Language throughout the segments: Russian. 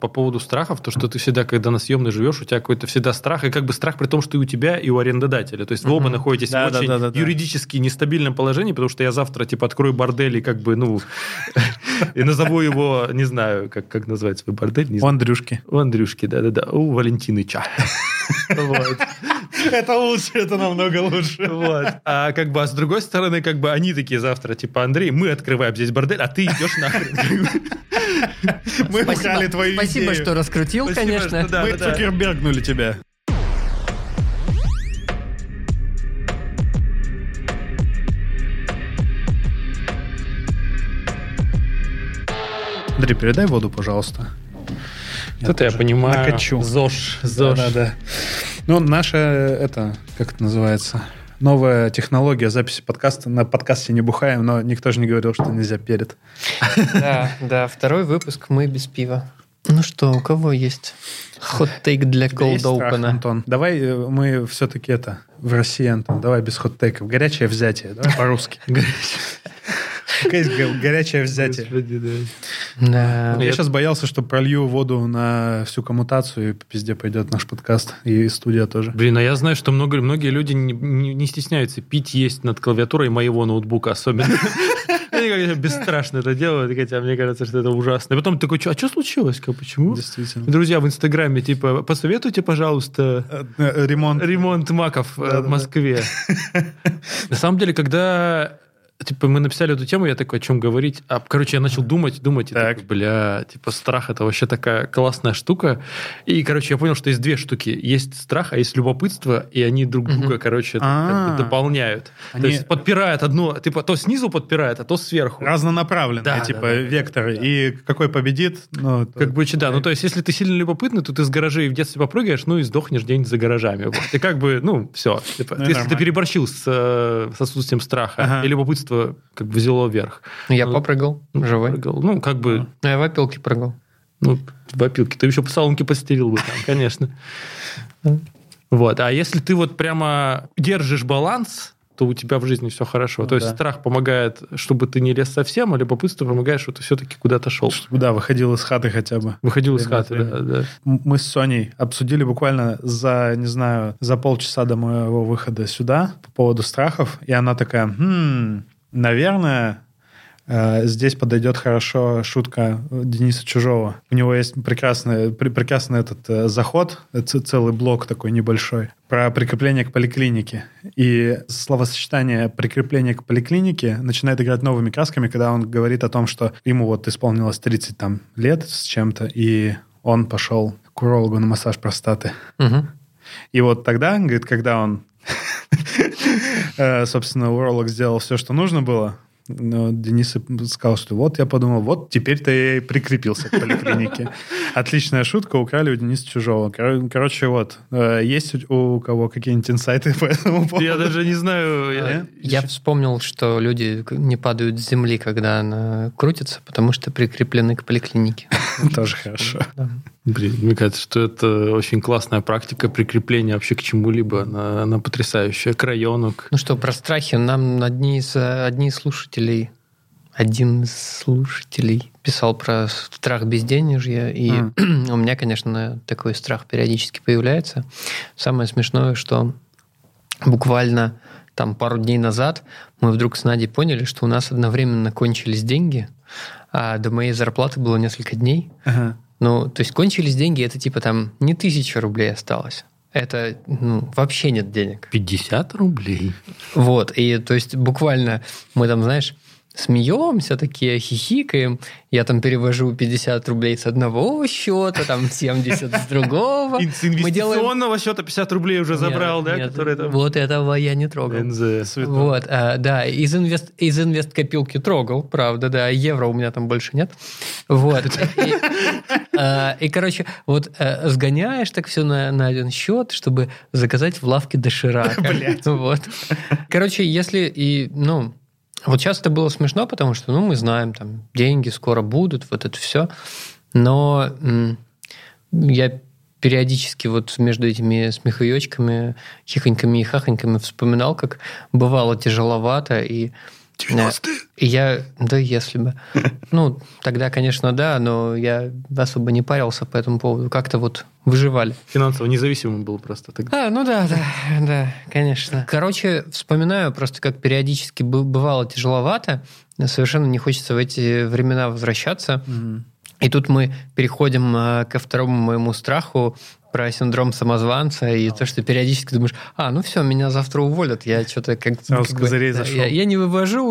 по поводу страхов, то, что ты всегда, когда на съемной живешь, у тебя какой-то всегда страх, и как бы страх при том, что и у тебя, и у арендодателя. То есть вы оба находитесь в очень юридически нестабильном положении, потому что я завтра, типа, открою бордель и как бы, и назову его, не знаю, как назвать свой бордель. У Андрюшки. У Андрюшки, да-да-да. У Валентиныча. Это лучше, это намного лучше. А как бы, а с другой стороны, как бы они такие завтра, типа, Андрей, мы открываем здесь бордель, а ты идешь нахрен. Мы украли твою идею. Спасибо, что раскрутил, конечно. Мы Цукербергнули тебя. Андрей, передай воду, пожалуйста. Это я понимаю. Накачу. ЗОЖ. Да. Ну, наша, как это называется, новая технология записи подкаста. На подкасте не бухаем, но никто же не говорил, что нельзя перед. Да, второй выпуск мы без пива. Ну что, у кого есть хот-тейк для Cold Open? Антон? Давай мы все-таки в России, Антон, давай без хот-тейков. Горячее взятие, давай по-русски. Горячее взятие. Да. Я сейчас боялся, что пролью воду на всю коммутацию, и пизде пойдет наш подкаст, и студия тоже. Блин, а я знаю, что многие люди не стесняются пить, есть над клавиатурой моего ноутбука особенно. Они как бесстрашно это делают, хотя мне кажется, что это ужасно. И потом такой, а что случилось? Почему? Действительно. Друзья в Инстаграме, типа, посоветуйте, пожалуйста, ремонт маков в Москве. На самом деле, когда... Типа, мы написали эту тему, я такой, о чем говорить? Я начал думать, и такой, страх – это вообще такая классная штука. И, я понял, что есть две штуки. Есть страх, а есть любопытство, и они друг друга, дополняют. То есть, подпирают одно, то снизу подпирает, а то сверху. Разнонаправленные, векторы. И какой победит? Да. То есть, если ты сильно любопытный, то ты с гаражей в детстве попрыгаешь, и сдохнешь где-нибудь за гаражами. И все. Если ты переборщил с отсутствием страха и любопытства, взяло вверх. Я попрыгал, живой. Я в опилке прыгал. В опилке. Ты еще по салонке постерил бы там, конечно. А если ты прямо держишь баланс, то у тебя в жизни все хорошо. То есть страх помогает, чтобы ты не лез совсем, а любопытство помогает, что ты все-таки куда-то шел. Да, выходил из хаты хотя бы. Выходил из хаты, да. Мы с Соней обсудили буквально за полчаса до моего выхода сюда по поводу страхов, и она такая, наверное, здесь подойдет хорошо шутка Дениса Чужого. У него есть прекрасный заход, целый блок такой небольшой, про прикрепление к поликлинике. И словосочетание «прикрепление к поликлинике» начинает играть новыми красками, когда он говорит о том, что ему исполнилось 30 лет с чем-то, и он пошел к урологу на массаж простаты. Угу. И тогда, говорит, когда он, собственно, уролог сделал все, что нужно было, но Денис сказал, что я подумал, теперь-то я и прикрепился к поликлинике. Отличная шутка, украли у Дениса Чужого. Есть у кого какие-нибудь инсайты по этому поводу? Я даже не знаю. Я вспомнил, что люди не падают с земли, когда она крутится, потому что прикреплены к поликлинике. Тоже хорошо. Блин, мне кажется, что это очень классная практика прикрепления вообще к чему-либо. Она потрясающая, к району. Ну что, про страхи нам один из слушателей писал про страх безденежья, и у меня, конечно, такой страх периодически появляется. Самое смешное, что буквально пару дней назад мы вдруг с Надей поняли, что у нас одновременно кончились деньги, а до моей зарплаты было несколько дней. Ага. То есть кончились деньги, это не 1000 рублей осталось. Это вообще нет денег. 50 рублей? И то есть буквально мы смеемся, такие хихикаем. Я перевожу 50 рублей с одного счета, 70 с другого. С инвестиционного счета 50 рублей уже забрал, да? Который этого я не трогал. НЗ. Да, из инвест-копилки трогал, правда, да. Евро у меня там больше нет. Сгоняешь так все на один счет, чтобы заказать в лавке доширака. Если сейчас это было смешно, потому что, мы знаем, деньги скоро будут, это все. Но я периодически между этими смехуёчками, хихоньками и хахоньками вспоминал, как бывало тяжеловато, и 90-е. Да, если бы. Ну, тогда, конечно, да, но я особо не парился по этому поводу. Как-то вот выживали. Финансово независимым был просто тогда. Ну да, конечно. Короче, вспоминаю просто, как периодически бывало тяжеловато. Совершенно не хочется в эти времена возвращаться. И тут мы переходим ко второму моему страху про синдром самозванца и то, что периодически думаешь, ну все, меня завтра уволят, я что-то я не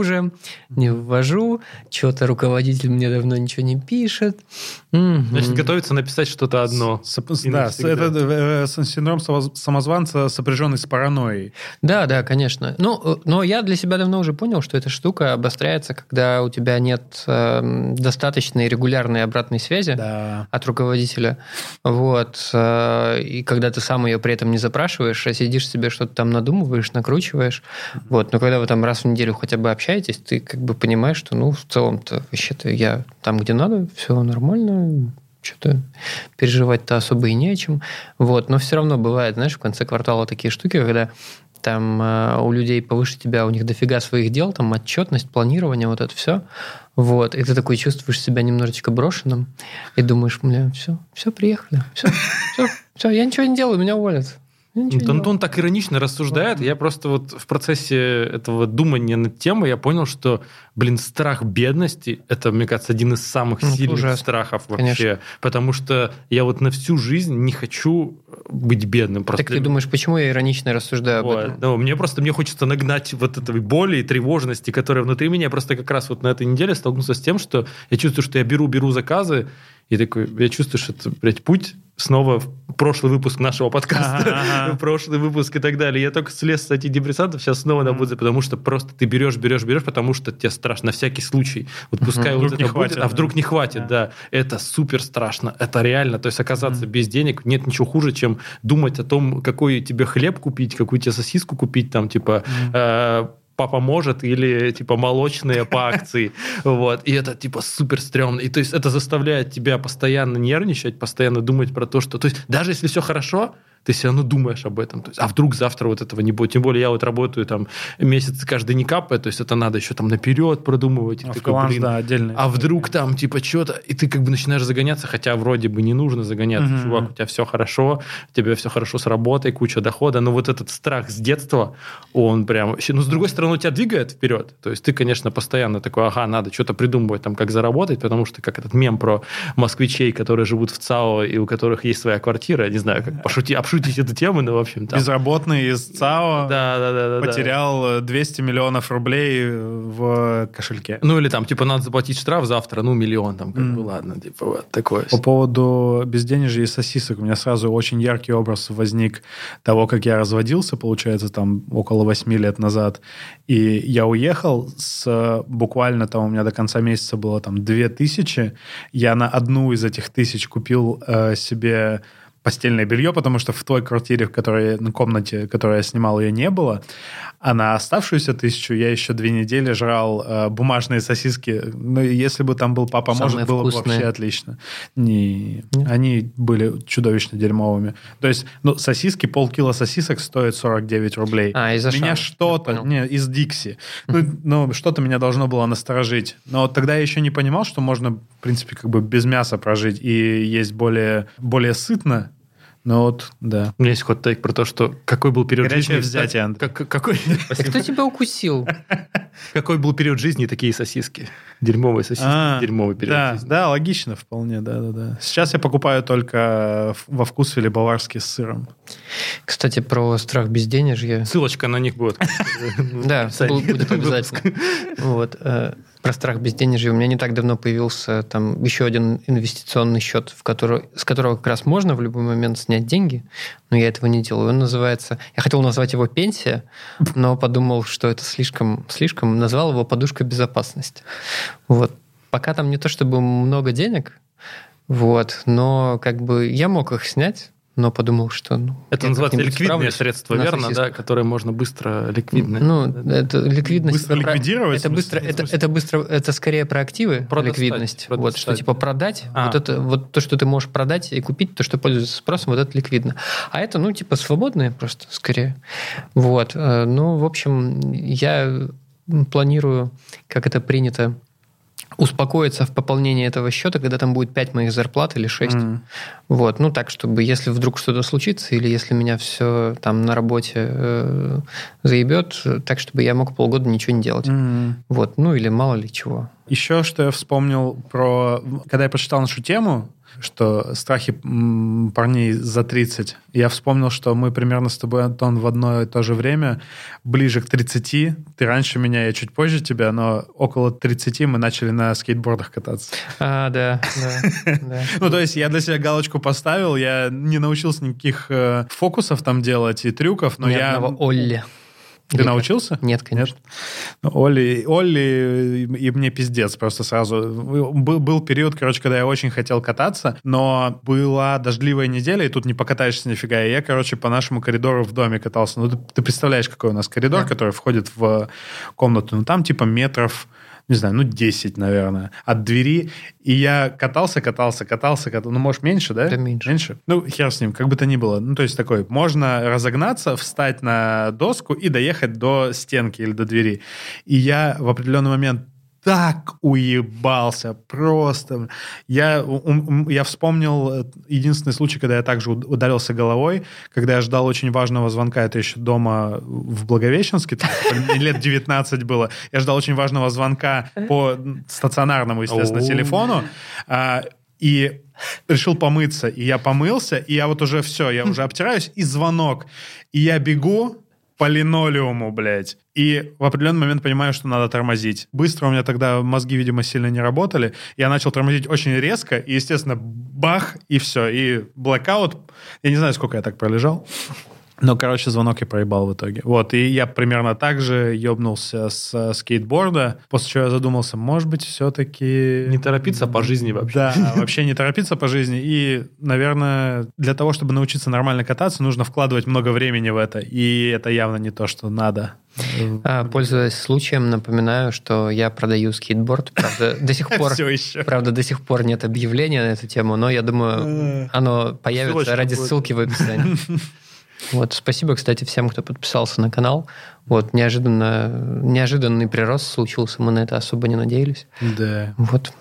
вывожу, что-то руководитель мне давно ничего не пишет. Значит, готовится написать что-то одно. Да, это синдром самозванца, сопряженный с паранойей. Да, конечно. Но я для себя давно уже понял, что эта штука обостряется, когда у тебя нет достаточной регулярной обратной связи от руководителя. Вот. И когда ты сам ее при этом не запрашиваешь, а сидишь себе что-то там надумываешь, накручиваешь. Вот. Но когда вы там раз в неделю хотя бы общаетесь, ты как бы понимаешь, что в целом-то вообще-то я там, где надо, все нормально, что-то переживать-то особо и не о чем. Вот. Но все равно бывает, знаешь, в конце квартала такие штуки, когда там у людей повыше тебя, у них дофига своих дел, там отчетность, планирование, вот это все. Вот. И ты такой чувствуешь себя немножечко брошенным и думаешь, все, приехали, все, я ничего не делаю, меня уволят. Антон так иронично рассуждает. Я просто вот в процессе этого думания над темой я понял, что, страх бедности – это, мне кажется, один из самых сильных страхов вообще. Конечно. Потому что я вот на всю жизнь не хочу быть бедным. Просто так ты думаешь, почему я иронично рассуждаю об этом? Мне хочется нагнать вот этой боли и тревожности, которая внутри меня. Я просто как раз вот на этой неделе столкнулся с тем, что я чувствую, что я беру заказы, и такой, я чувствую, что это, путь снова в прошлый выпуск нашего подкаста, прошлый выпуск и так далее. Я только слез с антидепрессантов, сейчас снова надо будет, потому что просто ты берешь, потому что тебе страшно, на всякий случай. Вот пускай вот это будет, а вдруг не хватит, да. Это супер страшно, это реально. То есть оказаться без денег, нет ничего хуже, чем думать о том, какой тебе хлеб купить, какую тебе сосиску купить, там, папа может, или молочные по акции. Вот. И это супер стрёмно. И то есть это заставляет тебя постоянно нервничать, постоянно думать про то, что... То есть даже если все хорошо, ты все равно думаешь об этом. То есть, а вдруг завтра вот этого не будет? Тем более я вот работаю месяц каждый не капает, то есть это надо еще наперед продумывать. Отдельно. А вдруг что-то... И ты начинаешь загоняться, хотя вроде бы не нужно загоняться. Чувак, у тебя все хорошо, у тебя все хорошо с работой, куча дохода, но вот этот страх с детства, он прям... Но с другой стороны, тебя двигает вперед. То есть ты, конечно, постоянно такой, надо что-то придумывать, как заработать, потому что как этот мем про москвичей, которые живут в ЦАО и у которых есть своя квартира, я не знаю, как обшутить эту тему, но в общем там... Безработный из ЦАО потерял 200 миллионов рублей в кошельке. Или надо заплатить штраф завтра, 1 миллион, ладно, вот такое. По поводу безденежья и сосисок, у меня сразу очень яркий образ возник того, как я разводился, получается, около 8 лет назад, и я уехал буквально у меня до конца месяца было 2000, я на одну из этих 1000 купил себе постельное белье, потому что в той квартире, комнате, которую я снимал, ее не было. А на оставшуюся 1000 я еще 2 недели жрал бумажные сосиски. Если бы там был папа, самые может, было бы вообще отлично. Они были чудовищно дерьмовыми. То есть, сосиски, полкило сосисок стоит 49 рублей. Из-за меня что-то... из Дикси. Что-то меня должно было насторожить. Но тогда я еще не понимал, что можно, в принципе, без мяса прожить и есть более сытно. Да. У меня есть хот-тейк про то, что какой был период жизни... взятие, Андрей. Кто тебя укусил? Какой был период жизни, такие сосиски? Дерьмовые сосиски, дерьмовый период жизни. Да, логично вполне, да. Сейчас я покупаю только во вкусвилле баварский с сыром. Кстати, про страх безденежья. Ссылочка на них будет. Да, будет обязательно. Вот. Про страх безденежья. У меня не так давно появился еще один инвестиционный счет, с которого как раз можно в любой момент снять деньги, но я этого не делаю. Он называется... Я хотел назвать его «Пенсия», но подумал, что это слишком. Назвал его «Подушка безопасности». Вот. Пока там не то чтобы много денег, но я мог их снять, но подумал, что... это называется ликвидные средства, верно, да, которые можно быстро ликвидно... это ликвидность... Быстро ликвидировать? Это скорее про активы, ликвидность. Вот, что продать, то, что ты можешь продать и купить, то, что пользуется спросом, это ликвидно. А это, свободное просто, скорее. Вот. В общем, я планирую, как это принято, успокоиться в пополнении этого счета, когда там будет 5 моих зарплат или 6. Вот. Ну, так, чтобы если вдруг что-то случится, или если меня все там на работе заебет, так, чтобы я мог полгода ничего не делать. Вот. Ну, или мало ли чего. Еще что я вспомнил про... Когда я прочитал нашу тему, что страхи парней за 30, я вспомнил, что мы примерно с тобой, Антон, в одно и то же время, ближе к 30, ты раньше меня, я чуть позже тебя, но около 30 мы начали на скейтбордах кататься. Да. Ну, то есть я для себя галочку поставил, я не научился никаких фокусов там делать и трюков, но Ни одного Олли. Ты научился? Нет, конечно. Нет? Олли и мне пиздец просто сразу. Был период, короче, когда я очень хотел кататься, но была дождливая неделя, и тут не покатаешься нифига. И я, короче, по нашему коридору в доме катался. Ну, ты представляешь, какой у нас коридор, который входит в комнату. Ну, там типа метров, не знаю, 10, наверное, от двери. И я катался. Ну, может, меньше, да? Да, меньше. Ну, хер с ним, как бы то ни было. Ну, то есть такой, можно разогнаться, встать на доску и доехать до стенки или до двери. И я в определенный момент так уебался, просто. Я вспомнил единственный случай, когда я также ударился головой, когда я ждал очень важного звонка, это еще дома в Благовещенске, лет 19 было, я ждал очень важного звонка по стационарному, естественно, телефону, и решил помыться, и я помылся, и я вот уже все, я уже обтираюсь, и звонок, и я бегу по линолеуму, блядь. И в определенный момент понимаю, что надо тормозить. Быстро у меня тогда мозги, видимо, сильно не работали. Я начал тормозить очень резко, и, естественно, бах, и все. И блэкаут. Я не знаю, сколько я так пролежал. Но, короче, звонок я проебал в итоге. Вот, и я примерно так же ебнулся с скейтборда, после чего я задумался, может быть, все-таки... Не торопиться по жизни вообще. Да, вообще не торопиться по жизни. И, наверное, для того, чтобы научиться нормально кататься, нужно вкладывать много времени в это. И это явно не то, что надо. Пользуясь случаем, напоминаю, что я продаю скейтборд. Правда, до сих пор нет объявления на эту тему, но я думаю, оно появится ради ссылки в описании. Вот, спасибо, кстати, всем, кто подписался на канал. Вот, неожиданный прирост случился, мы на это особо не надеялись. Да. Вот.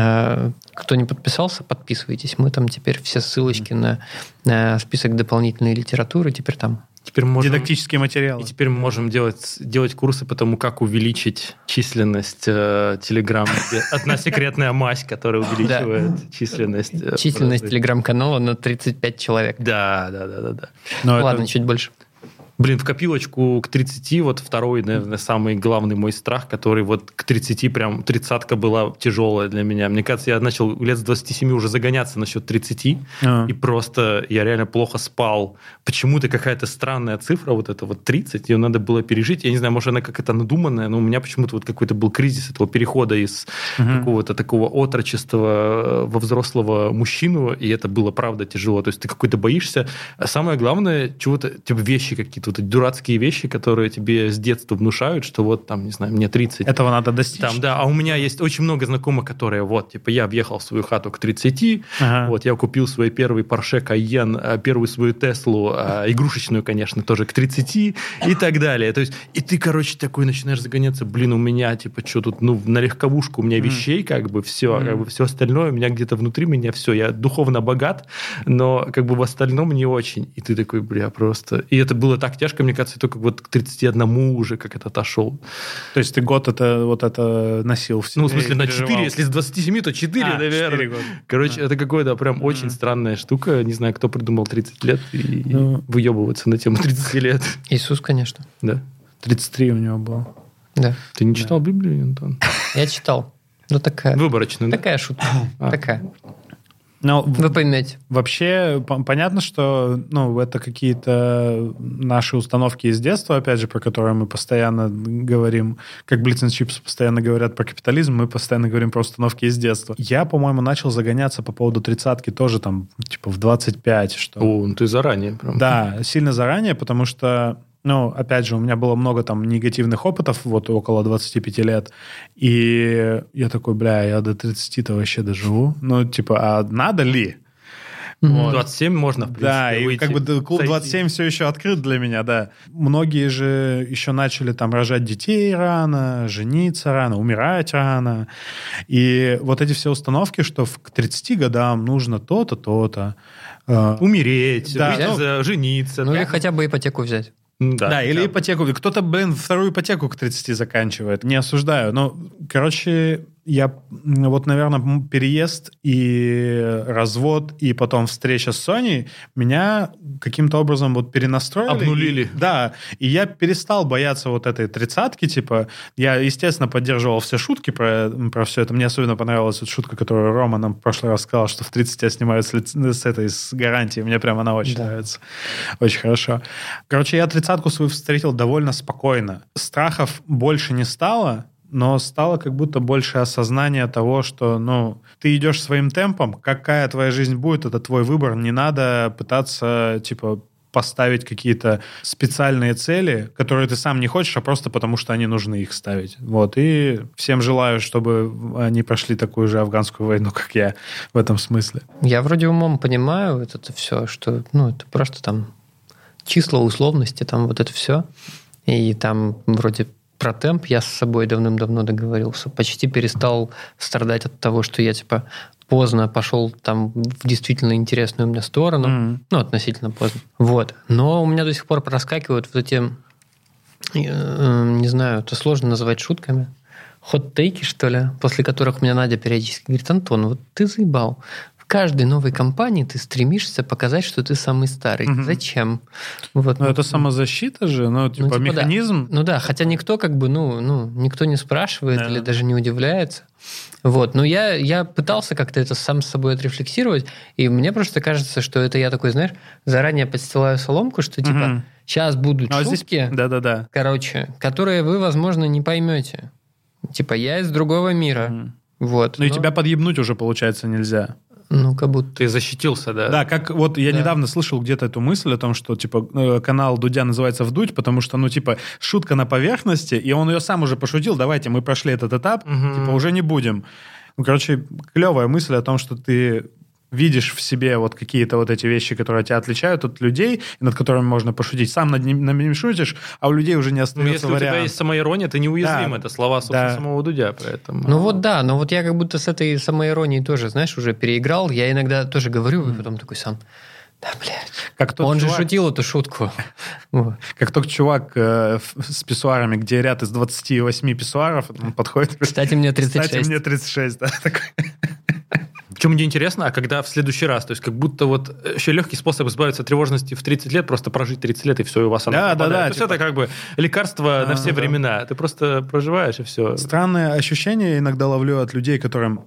Кто не подписался, подписывайтесь. Мы там теперь все ссылочки на список дополнительной литературы теперь там. Теперь можем, дидактические материалы. И теперь мы можем делать курсы по тому, как увеличить численность Telegram. Одна секретная мазь, которая увеличивает численность. Численность Telegram-канала на 35 человек. Да. Ладно, чуть больше. Блин, в копилочку к 30, вот второй, наверное, самый главный мой страх, который вот к 30, прям 30-ка была тяжелая для меня. Мне кажется, я начал лет с 27 уже загоняться насчет 30, и просто я реально плохо спал. Почему-то какая-то странная цифра, вот эта вот 30, ее надо было пережить. Я не знаю, может, она как-то надуманная, но у меня почему-то вот какой-то был кризис этого перехода из какого-то такого отрочества во взрослого мужчину, и это было, правда, тяжело. То есть ты какой-то боишься. А самое главное, чего-то, типа вещи какие-то, вот эти дурацкие вещи, которые тебе с детства внушают, что вот там, не знаю, мне 30. Этого надо достичь. Там, да, а у меня есть очень много знакомых, которые вот, типа, я въехал в свою хату к 30, вот, я купил свой первый Porsche Cayenne, первую свою Теслу, игрушечную, конечно, тоже к 30 и так далее. То есть, и ты, короче, такой начинаешь загоняться, блин, у меня, типа, что тут, ну, на легковушку у меня вещей, как бы, все, как бы, все остальное, у меня где-то внутри меня все, я духовно богат, но, как бы, в остальном не очень. И ты такой, бля, просто... И это было так тяжко, мне кажется, только вот к 31 уже как это отошел. То есть ты год это носил в себе? Ну, в смысле, на 4, если с 27, то 4, наверное. 4 года. Короче, это какая-то прям очень странная штука. Не знаю, кто придумал 30 лет и выебываться на тему 30 лет. Иисус, конечно. Да. 33 у него было. Да. Ты не читал Библию, Антон? Я читал. Ну, такая... Выборочно, да? Такая шутка. Такая. Но вы поймете. Вообще, понятно, что это какие-то наши установки из детства, опять же, про которые мы постоянно говорим, как Blitz and Chips постоянно говорят про капитализм, мы постоянно говорим про установки из детства. Я, по-моему, начал загоняться по поводу 30-ки тоже там, типа, в 25. Что... О, ну ты заранее. Прям. Да, сильно заранее, потому что опять же, у меня было много там негативных опытов, вот около 25 лет, и я такой, я до 30-то вообще доживу. А надо ли? Вот. 27 можно, в принципе, да, и выйти, как бы клуб сойти. 27 все еще открыт для меня, да. Многие же еще начали там рожать детей рано, жениться рано, умирать рано. И вот эти все установки, что к 30 годам нужно то-то, то-то. Умереть, да, жениться. Ну, или хотя бы ипотеку взять. Да, или ипотеку. Кто-то, вторую ипотеку к 30 заканчивает. Не осуждаю. Но, короче, я вот, наверное, переезд и развод, и потом встреча с Соней меня каким-то образом вот перенастроили. Обнулили. Да, и я перестал бояться вот этой 30-ки, типа, я, естественно, поддерживал все шутки про все это. Мне особенно понравилась вот шутка, которую Рома нам в прошлый раз сказал, что в 30 тебя снимают с гарантией. Мне прям она очень нравится. Очень хорошо. Короче, я 30-ку свою встретил довольно спокойно. Страхов больше не стало, но стало как будто больше осознания того, что, ну, ты идешь своим темпом, какая твоя жизнь будет, это твой выбор, не надо пытаться, типа, поставить какие-то специальные цели, которые ты сам не хочешь, а просто потому, что они нужны их ставить. Вот, и всем желаю, чтобы они прошли такую же афганскую войну, как я, в этом смысле. Я вроде умом понимаю это все, что, ну, это просто там числа, условности, там вот это все, и там вроде... Про темп я с собой давным-давно договорился. Почти перестал страдать от того, что я, типа, поздно пошел там в действительно интересную мне сторону. Ну, относительно поздно. Вот. Но у меня до сих пор проскакивают вот эти, не знаю, это сложно называть шутками, хот-тейки, что ли, после которых меня Надя периодически говорит: Антон, вот ты заебал. В каждой новой компании ты стремишься показать, что ты самый старый. Зачем? Вот. Ну, это самозащита же, ну, типа механизм. Да. Ну да, хотя никто как бы, никто не спрашивает или даже не удивляется. Вот. Но я пытался как-то это сам с собой отрефлексировать, и мне просто кажется, что это я такой, знаешь, заранее подстилаю соломку, что типа сейчас будут шутки, да. Короче, которые вы, возможно, не поймете. Типа я из другого мира. Вот. Ну и тебя подъебнуть уже, получается, нельзя. Ну, как будто... Ты защитился, да? Да, как вот я недавно слышал где-то эту мысль о том, что, типа, канал Дудя называется «Вдуть», потому что, ну, типа, шутка на поверхности, и он ее сам уже пошутил, давайте, мы прошли этот этап, типа, уже не будем. Ну, короче, клевая мысль о том, что ты видишь в себе вот какие-то вот эти вещи, которые тебя отличают от людей, над которыми можно пошутить. Сам над ними шутишь, а у людей уже не остается вариант. Если у тебя есть самоирония, ты неуязвим. Да. Это слова, собственно, самого Дудя. Поэтому... Ну вот да, но вот я как будто с этой самоиронией тоже, знаешь, уже переиграл. Я иногда тоже говорю, и потом такой сам... Да, блядь. Как он же шутил эту шутку. Как тот чувак с писсуарами, где ряд из 28 писсуаров, он подходит... Кстати, мне 36. Кстати, мне 36, да. Причем мне интересно, а когда в следующий раз, то есть как будто вот еще легкий способ избавиться от тревожности в 30 лет, просто прожить 30 лет, и все, и у вас она пропадает. Да. То есть это как бы лекарство на все времена. Ты просто проживаешь, и все. Странное ощущение иногда ловлю от людей, которым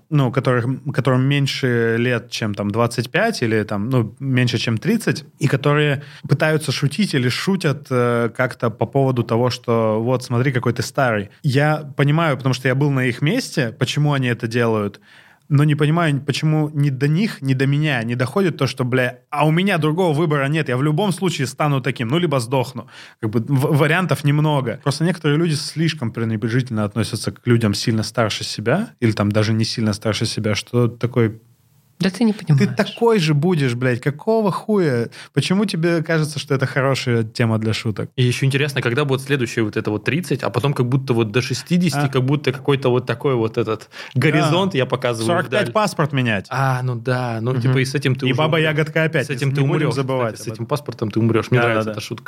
меньше лет, чем там 25, или там, меньше, чем 30, и которые пытаются шутить или шутят как-то по поводу того, что вот, смотри, какой ты старый. Я понимаю, потому что я был на их месте, почему они это делают, но не понимаю, почему ни до них, ни до меня не доходит то, что, а у меня другого выбора нет, я в любом случае стану таким, либо сдохну. Как бы вариантов немного. Просто некоторые люди слишком пренебрежительно относятся к людям сильно старше себя, или там даже не сильно старше себя, что такой... Да ты не понимаешь. Ты такой же будешь, какого хуя? Почему тебе кажется, что это хорошая тема для шуток? И еще интересно, когда будет следующее вот это вот 30, а потом как будто вот до 60, как будто какой-то вот такой вот этот горизонт я показываю 45 вдаль. Паспорт менять. Типа и с этим ты и уже... баба Ягодка опять. С этим ты умрешь. Забывать. С этим паспортом ты умрешь. Мне нравится эта шутка.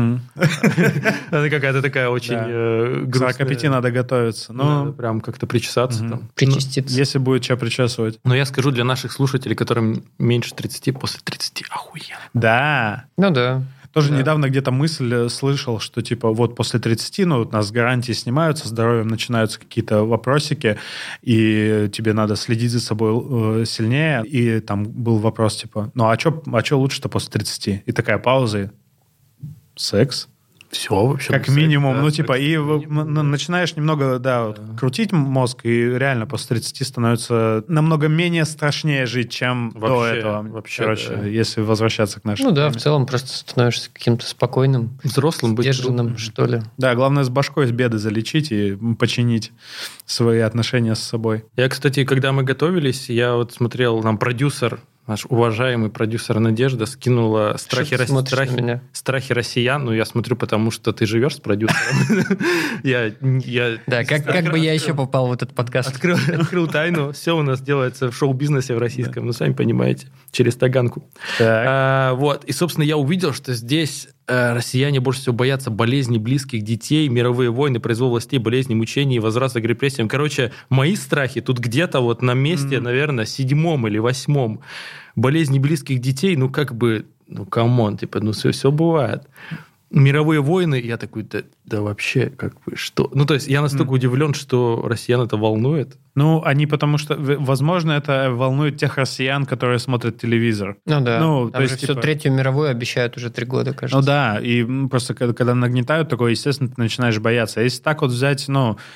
Она какая-то такая очень грустная. 45 надо готовиться. Надо прям как-то причесаться там. Причаститься. Если будет что причесывать. Но я скажу для наших слушателей, которым меньше 30, после 30 охуенно. Да. Ну да. Тоже недавно где-то мысль слышал, что типа вот после 30, у нас гарантии снимаются, здоровьем начинаются какие-то вопросики, и тебе надо следить за собой сильнее. И там был вопрос типа, а что лучше-то после 30? И такая пауза, и секс. Все, вообще. Как минимум. Начинаешь немного, крутить мозг, и реально после 30 становится намного менее страшнее жить, чем до этого. Вообще, если возвращаться к нашей теме. В целом просто становишься каким-то спокойным, взрослым, сдержанным, что ли. Да, главное с башкой, с беды залечить и починить свои отношения с собой. Я, кстати, когда мы готовились, я вот смотрел, нам продюсер наш уважаемый продюсер Надежда скинула страхи россиян. Ну, я смотрю, потому что ты живешь с продюсером. Да, как бы я еще попал в этот подкаст. Открыл тайну. Все у нас делается в шоу-бизнесе в российском. Ну, сами понимаете, через таганку. Вот. И, собственно, я увидел, что здесь россияне больше всего боятся болезней близких детей, мировые войны, произвол властей, болезни, мучений, возврата к репрессиям. Короче, мои страхи тут где-то вот на месте, наверное, 7 или 8. Болезни близких детей, ну как бы, ну камон, типа, ну все бывает. Мировые войны, я такой, да вообще, как бы, что? Ну, то есть, я настолько удивлен, что россиян это волнует. Ну, они потому что, возможно, это волнует тех россиян, которые смотрят телевизор. Ну, да. Ну, там же все Третью мировую обещают уже 3 года, кажется. Ну, да, и просто когда нагнетают такое, естественно, ты начинаешь бояться. А если так вот взять,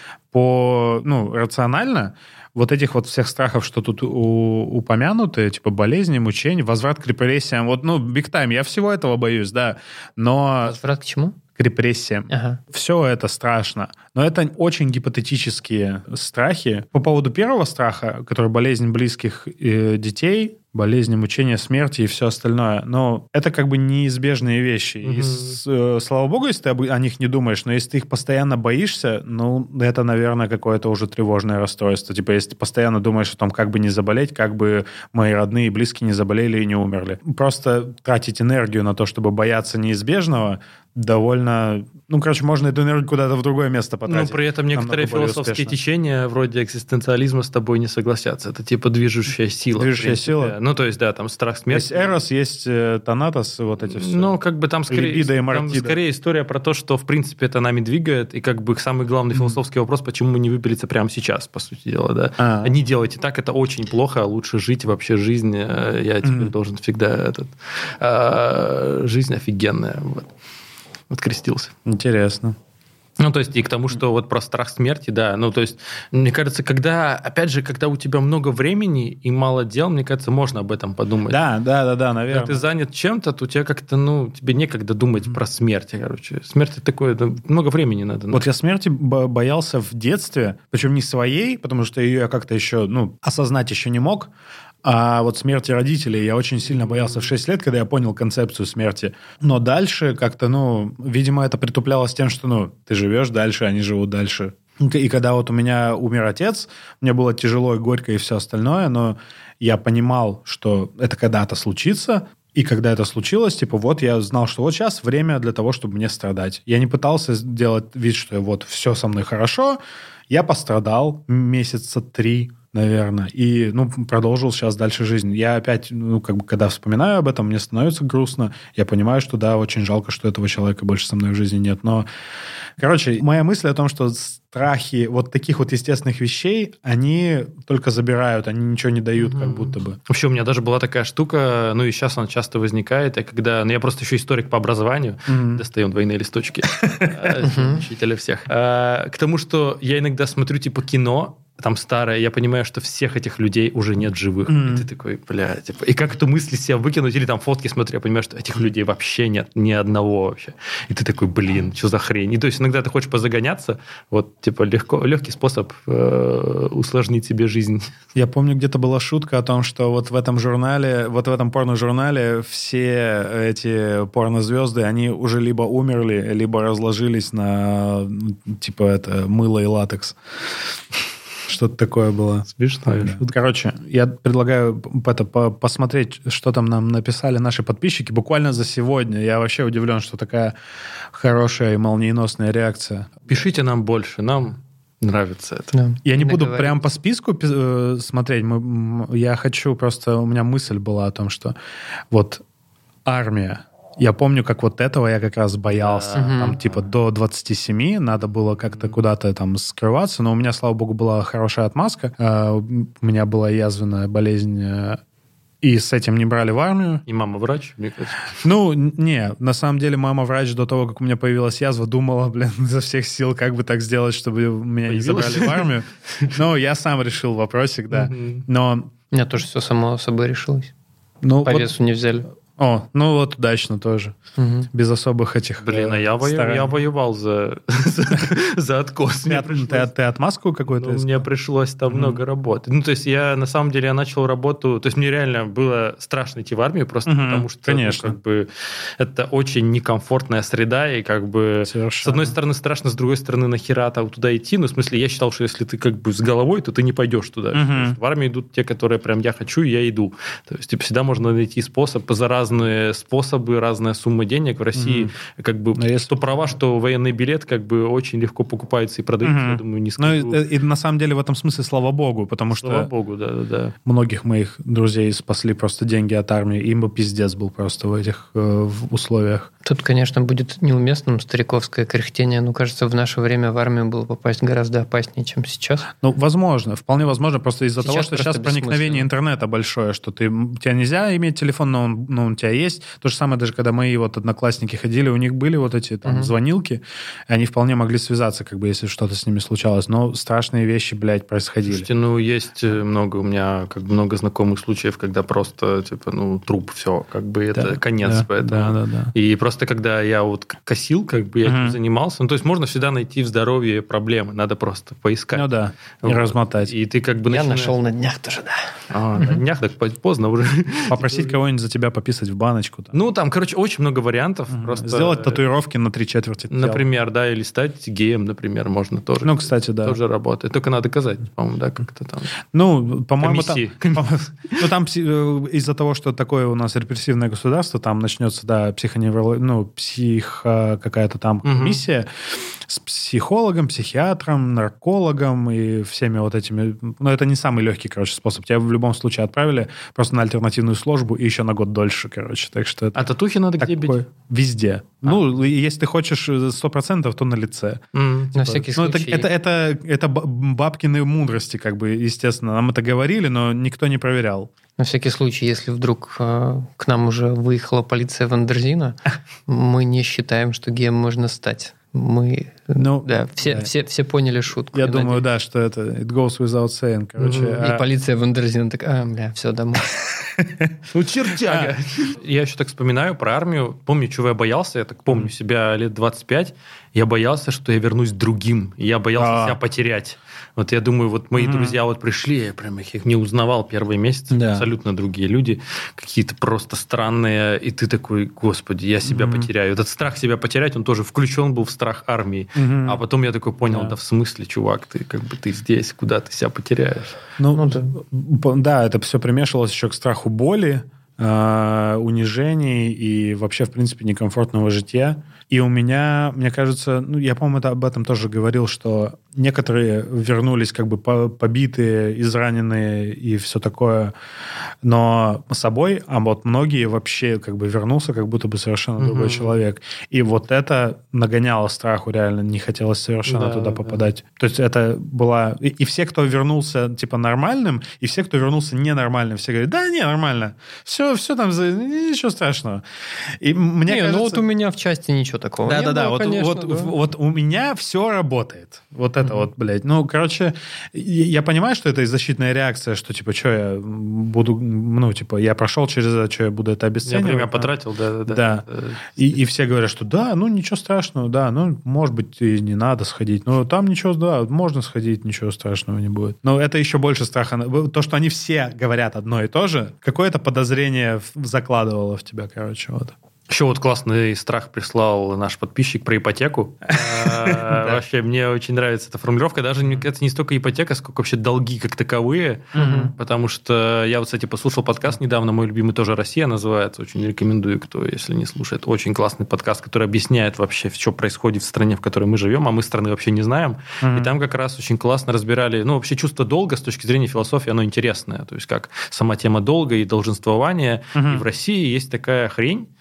рационально, вот этих вот всех страхов, что тут упомянуты, типа болезни, мучений, возврат к репрессиям, big time, я всего этого боюсь, да, но... Возврат к чему? К репрессиям. Ага. Все это страшно. Но это очень гипотетические страхи. По поводу первого страха, который болезнь близких детей, болезни, мучения, смерти и все остальное. Но это как бы неизбежные вещи. И, слава богу, если ты о них не думаешь, но если ты их постоянно боишься, это, наверное, какое-то уже тревожное расстройство. Типа, если ты постоянно думаешь о том, как бы не заболеть, как бы мои родные и близкие не заболели и не умерли. Просто тратить энергию на то, чтобы бояться неизбежного, довольно... можно эту энергию куда-то в другое место потратить. Но при этом некоторые философские течения вроде экзистенциализма с тобой не согласятся. Это типа движущая сила. Движущая сила? Ну, то есть, да, там страх смерти. Есть Эрос, есть Танатос, вот эти все. Ну, как бы там скорее история про то, что, в принципе, это нами двигает, и как бы самый главный философский вопрос, почему мы не выпилиться прямо сейчас, по сути дела, да. Не делайте так, это очень плохо, лучше жить вообще жизнь. Я теперь должен всегда... Жизнь офигенная, вот. Открестился. Интересно. Ну, то есть, и к тому, что вот про страх смерти, да, ну, то есть, мне кажется, когда у тебя много времени и мало дел, мне кажется, можно об этом подумать. Да, наверное. Когда ты занят чем-то, то у тебя как-то, тебе некогда думать про смерть, короче. Смерть – это такое, много времени надо. Вот я смерти боялся в детстве, причем не своей, потому что ее я как-то еще, осознать еще не мог, а вот смерти родителей я очень сильно боялся в 6 лет, когда я понял концепцию смерти. Но дальше как-то, видимо, это притуплялось тем, что, ты живешь дальше, они живут дальше. И когда вот у меня умер отец, мне было тяжело и горько и все остальное, но я понимал, что это когда-то случится. И когда это случилось, я знал, что вот сейчас время для того, чтобы мне страдать. Я не пытался сделать вид, что вот все со мной хорошо. Я пострадал месяца 3, наверное, и, продолжил сейчас дальше жизнь. Я опять, когда вспоминаю об этом, мне становится грустно. Я понимаю, что, да, очень жалко, что этого человека больше со мной в жизни нет. Но, моя мысль о том, что страхи вот таких вот естественных вещей, они только забирают, они ничего не дают, как будто бы. Вообще, у меня даже была такая штука, и сейчас она часто возникает, я просто еще историк по образованию, достаем двойные листочки, учителя всех. К тому, что я иногда смотрю, кино, там старое, я понимаю, что всех этих людей уже нет живых. И ты такой, и как эту мысль из себя выкинуть, или там фотки смотрю, я понимаю, что этих людей вообще нет, ни одного вообще. И ты такой, что за хрень? И то есть иногда ты хочешь позагоняться, легкий способ усложнить себе жизнь. Я помню, где-то была шутка о том, что вот в этом журнале, в этом порно-журнале все эти порнозвезды, они уже либо умерли, либо разложились на мыло и латекс. Что-то такое было. Смешно. Короче, я предлагаю посмотреть, что там нам написали наши подписчики буквально за сегодня. Я вообще удивлен, что такая хорошая и молниеносная реакция. Пишите нам больше, нам нравится это. Да. Я не буду прям по списку смотреть. Я хочу просто... У меня мысль была о том, что вот армия. Я помню, как вот этого я как раз боялся. Там до 27 надо было как-то куда-то там скрываться, но у меня, слава богу, была хорошая отмазка. У меня была язвенная болезнь, и с этим не брали в армию. И мама врач, мне кажется. Не, на самом деле мама врач до того, как у меня появилась язва, думала, изо всех сил, как бы так сделать, чтобы меня не забрали в армию. Но я сам решил вопросик, да. Но... У меня тоже все само собой решилось. По весу не взяли. О, ну вот удачно тоже. Без особых этих... Блин, а я воевал за откос. Ты отмазку какую-то искал? Мне пришлось там много работать. Ну, то есть я, на самом деле, я начал работу... То есть мне реально было страшно идти в армию, просто потому что конечно. как бы, это очень некомфортная среда, и как бы Совершенно. с одной стороны страшно, с другой стороны нахера там туда идти. Ну, в смысле, я считал, что если ты как бы с головой, то ты не пойдешь туда. В армию идут те, которые прям я хочу, и я иду. То есть типа, всегда можно найти способ за разные способы, разная сумма денег. В России как бы что права, что военный билет как бы очень легко покупается и продается, я думаю, не скажу. Ну и на самом деле в этом смысле слава богу, потому что... Слава богу, да. Многих моих друзей спасли просто деньги от армии, им бы пиздец был просто в этих условиях. Тут, конечно, будет неуместным стариковское кряхтение. Ну, кажется, в наше время в армию было попасть гораздо опаснее, чем сейчас. Ну, возможно, вполне возможно, просто из-за Сейчас того, что сейчас проникновение интернета большое, что тебя нельзя иметь телефон, но он у тебя есть. То же самое, даже когда мои вот одноклассники ходили, у них были вот эти там звонилки, и они вполне могли связаться, как бы, если что-то с ними случалось. Но страшные вещи, блядь, происходили. Слушайте, ну, есть много, у меня как бы много знакомых случаев, когда просто, типа, ну, труп, все, как бы это конец. Да. И просто когда я вот косил, как бы я этим занимался, ну, то есть можно всегда найти в здоровье проблемы, надо просто поискать. Ну да, и размотать. И ты как бы Я нашел на днях тоже, да. На днях, так поздно уже. Попросить кого-нибудь за тебя пописать в баночку. Ну, там, короче, очень много вариантов. Просто... Сделать татуировки на 3/4 тела. Например, да, или стать геем, например, можно тоже. Ну, кстати, да. Тоже работает. Только надо доказать, по-моему, да, как-то там. Ну, по-моему, там комиссии. из-за того, что такое у нас репрессивное государство, там начнется, да, какая-то там комиссия с психологом, психиатром, наркологом и всеми вот этими... Ну, это не самый легкий, короче, способ. Тебя в любом случае отправили просто на альтернативную службу и еще на год дольше, короче. Так что это татухи надо где бить? Везде. Ну, если ты хочешь 100%, то на лице. На всякий случай. Это бабкины мудрости, как бы, естественно. Нам это говорили, но никто не проверял. На всякий случай, если вдруг к нам уже выехала полиция Вандерзина, мы не считаем, что геем можно стать. Все поняли шутку. Я думаю, да, что это it goes without saying, короче. И полиция Вандерзина такая, все, домой. Ну, чертяга. Я еще так вспоминаю про армию. Помню, чего я боялся. Я так помню себя лет 25. Я боялся, что я вернусь другим. Я боялся себя потерять. Вот я думаю, вот мои друзья вот пришли, я прям их не узнавал первые месяцы. Да. Абсолютно другие люди. Какие-то просто странные. И ты такой, господи, я себя потеряю. Этот страх себя потерять, он тоже включен был в страх армии. А потом я такой понял, да в смысле, чувак, ты здесь, куда ты себя потеряешь? Да, это все примешивалось еще к страху боли, унижений и вообще, в принципе, некомфортного житья. И у меня, мне кажется, я, по-моему, об этом тоже говорил, что некоторые вернулись как бы побитые, израненные и все такое, но с собой, а вот многие вообще как бы вернулся, как будто бы совершенно другой человек. И вот это нагоняло страху реально, не хотелось совершенно туда попадать. То есть это была... И все, кто вернулся типа нормальным, и все, кто вернулся ненормальным, все говорят, да, не, нормально, все там, ничего страшного. И мне кажется... вот у меня в части ничего такого не было, конечно. Вот у меня все работает. Вот это вот, блядь. Ну, короче, я понимаю, что это защитная реакция, что, типа, что я буду... Ну, типа, я прошел через это, что я буду это обесценивать. Я время потратил, да. Да. И все говорят, что да, ну, ничего страшного, да, ну, может быть, и не надо сходить. Но там ничего, да, можно сходить, ничего страшного не будет. Но это еще больше страха. То, что они все говорят одно и то же, какое-то подозрение закладывало в тебя, короче, вот. Еще вот классный страх прислал наш подписчик про ипотеку. Вообще, мне очень нравится эта формулировка. Даже, мне кажется, не столько ипотека, сколько вообще долги как таковые. Потому что я вот, кстати, послушал подкаст недавно, мой любимый тоже «Россия» называется. Очень рекомендую, кто, если не слушает. Очень классный подкаст, который объясняет вообще, что происходит в стране, в которой мы живем, а мы страны вообще не знаем. И там как раз очень классно разбирали, ну, вообще чувство долга с точки зрения философии, оно интересное. То есть, как сама тема долга и долженствования. И в России есть такая хрень,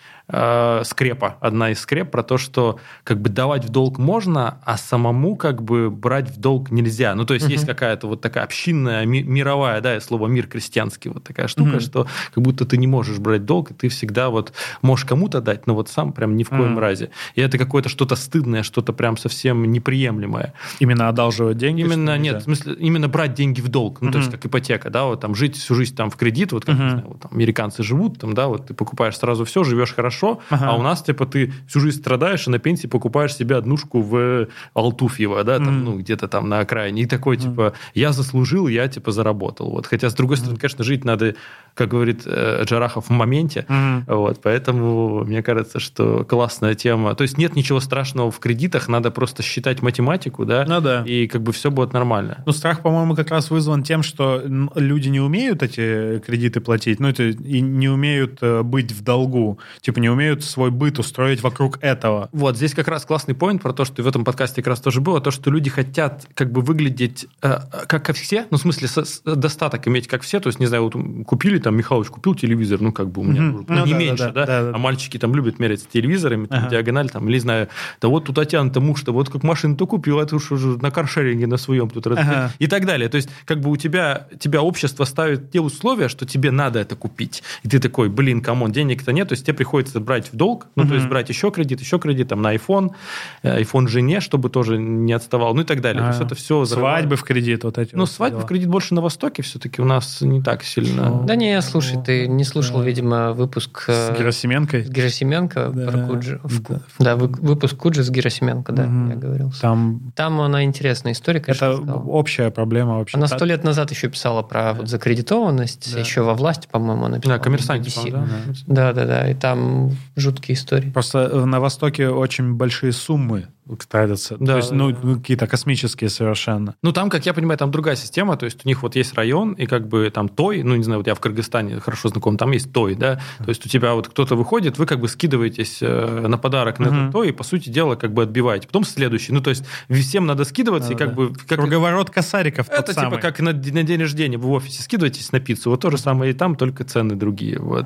скрепа, одна из скреп про то, что как бы давать в долг можно, а самому как бы брать в долг нельзя. Ну, то есть есть какая-то вот такая общинная, мировая, да, слово мир крестьянский, вот такая штука, что как будто ты не можешь брать долг, и ты всегда вот можешь кому-то дать, но вот сам прям ни в коем разе. И это какое-то что-то стыдное, что-то прям совсем неприемлемое. Именно одалживать деньги? Именно, нет, в смысле, именно брать деньги в долг, ну, то есть как ипотека, да, вот там жить всю жизнь там в кредит, вот как, не знаю, вот, там, американцы живут, там, да, вот ты покупаешь сразу все, живешь хорошо, а у нас, типа, ты всю жизнь страдаешь, и на пенсии покупаешь себе однушку в Алтуфьево, да, там, ну, где-то там на окраине, и такой, типа, я заслужил, я, типа, заработал, вот. Хотя, с другой стороны, конечно, жить надо, как говорит Джарахов, в моменте, вот, поэтому мне кажется, что классная тема. То есть нет ничего страшного в кредитах, надо просто считать математику, да, ну, да. И как бы все будет нормально. Ну, страх, по-моему, как раз вызван тем, что люди не умеют эти кредиты платить, ну, это и не умеют быть в долгу, типа, не умеют свой быт устроить вокруг этого. Вот, здесь как раз классный поинт про то, что в этом подкасте как раз тоже было, то, что люди хотят как бы выглядеть как все, ну, в смысле, достаток иметь как все, то есть, не знаю, вот купили, там, Михалыч купил телевизор, ну, как бы у меня не меньше, да, а мальчики там любят мерять с телевизорами, там, диагональ, там, или, не знаю, да вот тут Татьяна-то муж-то, вот как машину-то купил, это уж уже на каршеринге на своем тут и так далее. То есть, как бы у тебя общество ставит те условия, что тебе надо это купить. И ты такой, блин, камон, денег-то нет, то есть тебе приходится брать в долг, ну, то есть брать еще кредит, там, на iPhone жене, чтобы тоже не отставал, ну, и так далее. То есть это все... Свадьбы в кредит, вот эти. Ну, свадьбы в кредит больше на Востоке все-таки, у нас не так сильно. Да не, слушай, ты не слушал, видимо, выпуск... С Герасименко? С Герасименко про Куджи. Да, выпуск Куджи с Герасименко, да, я говорил. Там она интересная история, конечно. Это общая проблема вообще. Она 100 лет назад еще писала про вот закредитованность, еще во власти, по-моему, она писала. Да, «Коммерсанте», да, и там жуткие истории. Просто на Востоке очень большие суммы тратятся. Да, то есть, ну, какие-то космические совершенно. Ну, там, как я понимаю, там другая система, то есть у них вот есть район, и как бы там той, ну, не знаю, вот я в Кыргызстане хорошо знаком, там есть той, да, то есть у тебя вот кто-то выходит, вы как бы скидываетесь на подарок на этот той, и, по сути дела, как бы отбиваете. Потом следующий, ну, то есть всем надо скидываться, и как бы... Круговорот косариков это типа как на день рождения вы в офисе скидываетесь на пиццу, вот то же самое и там, только цены другие, вот.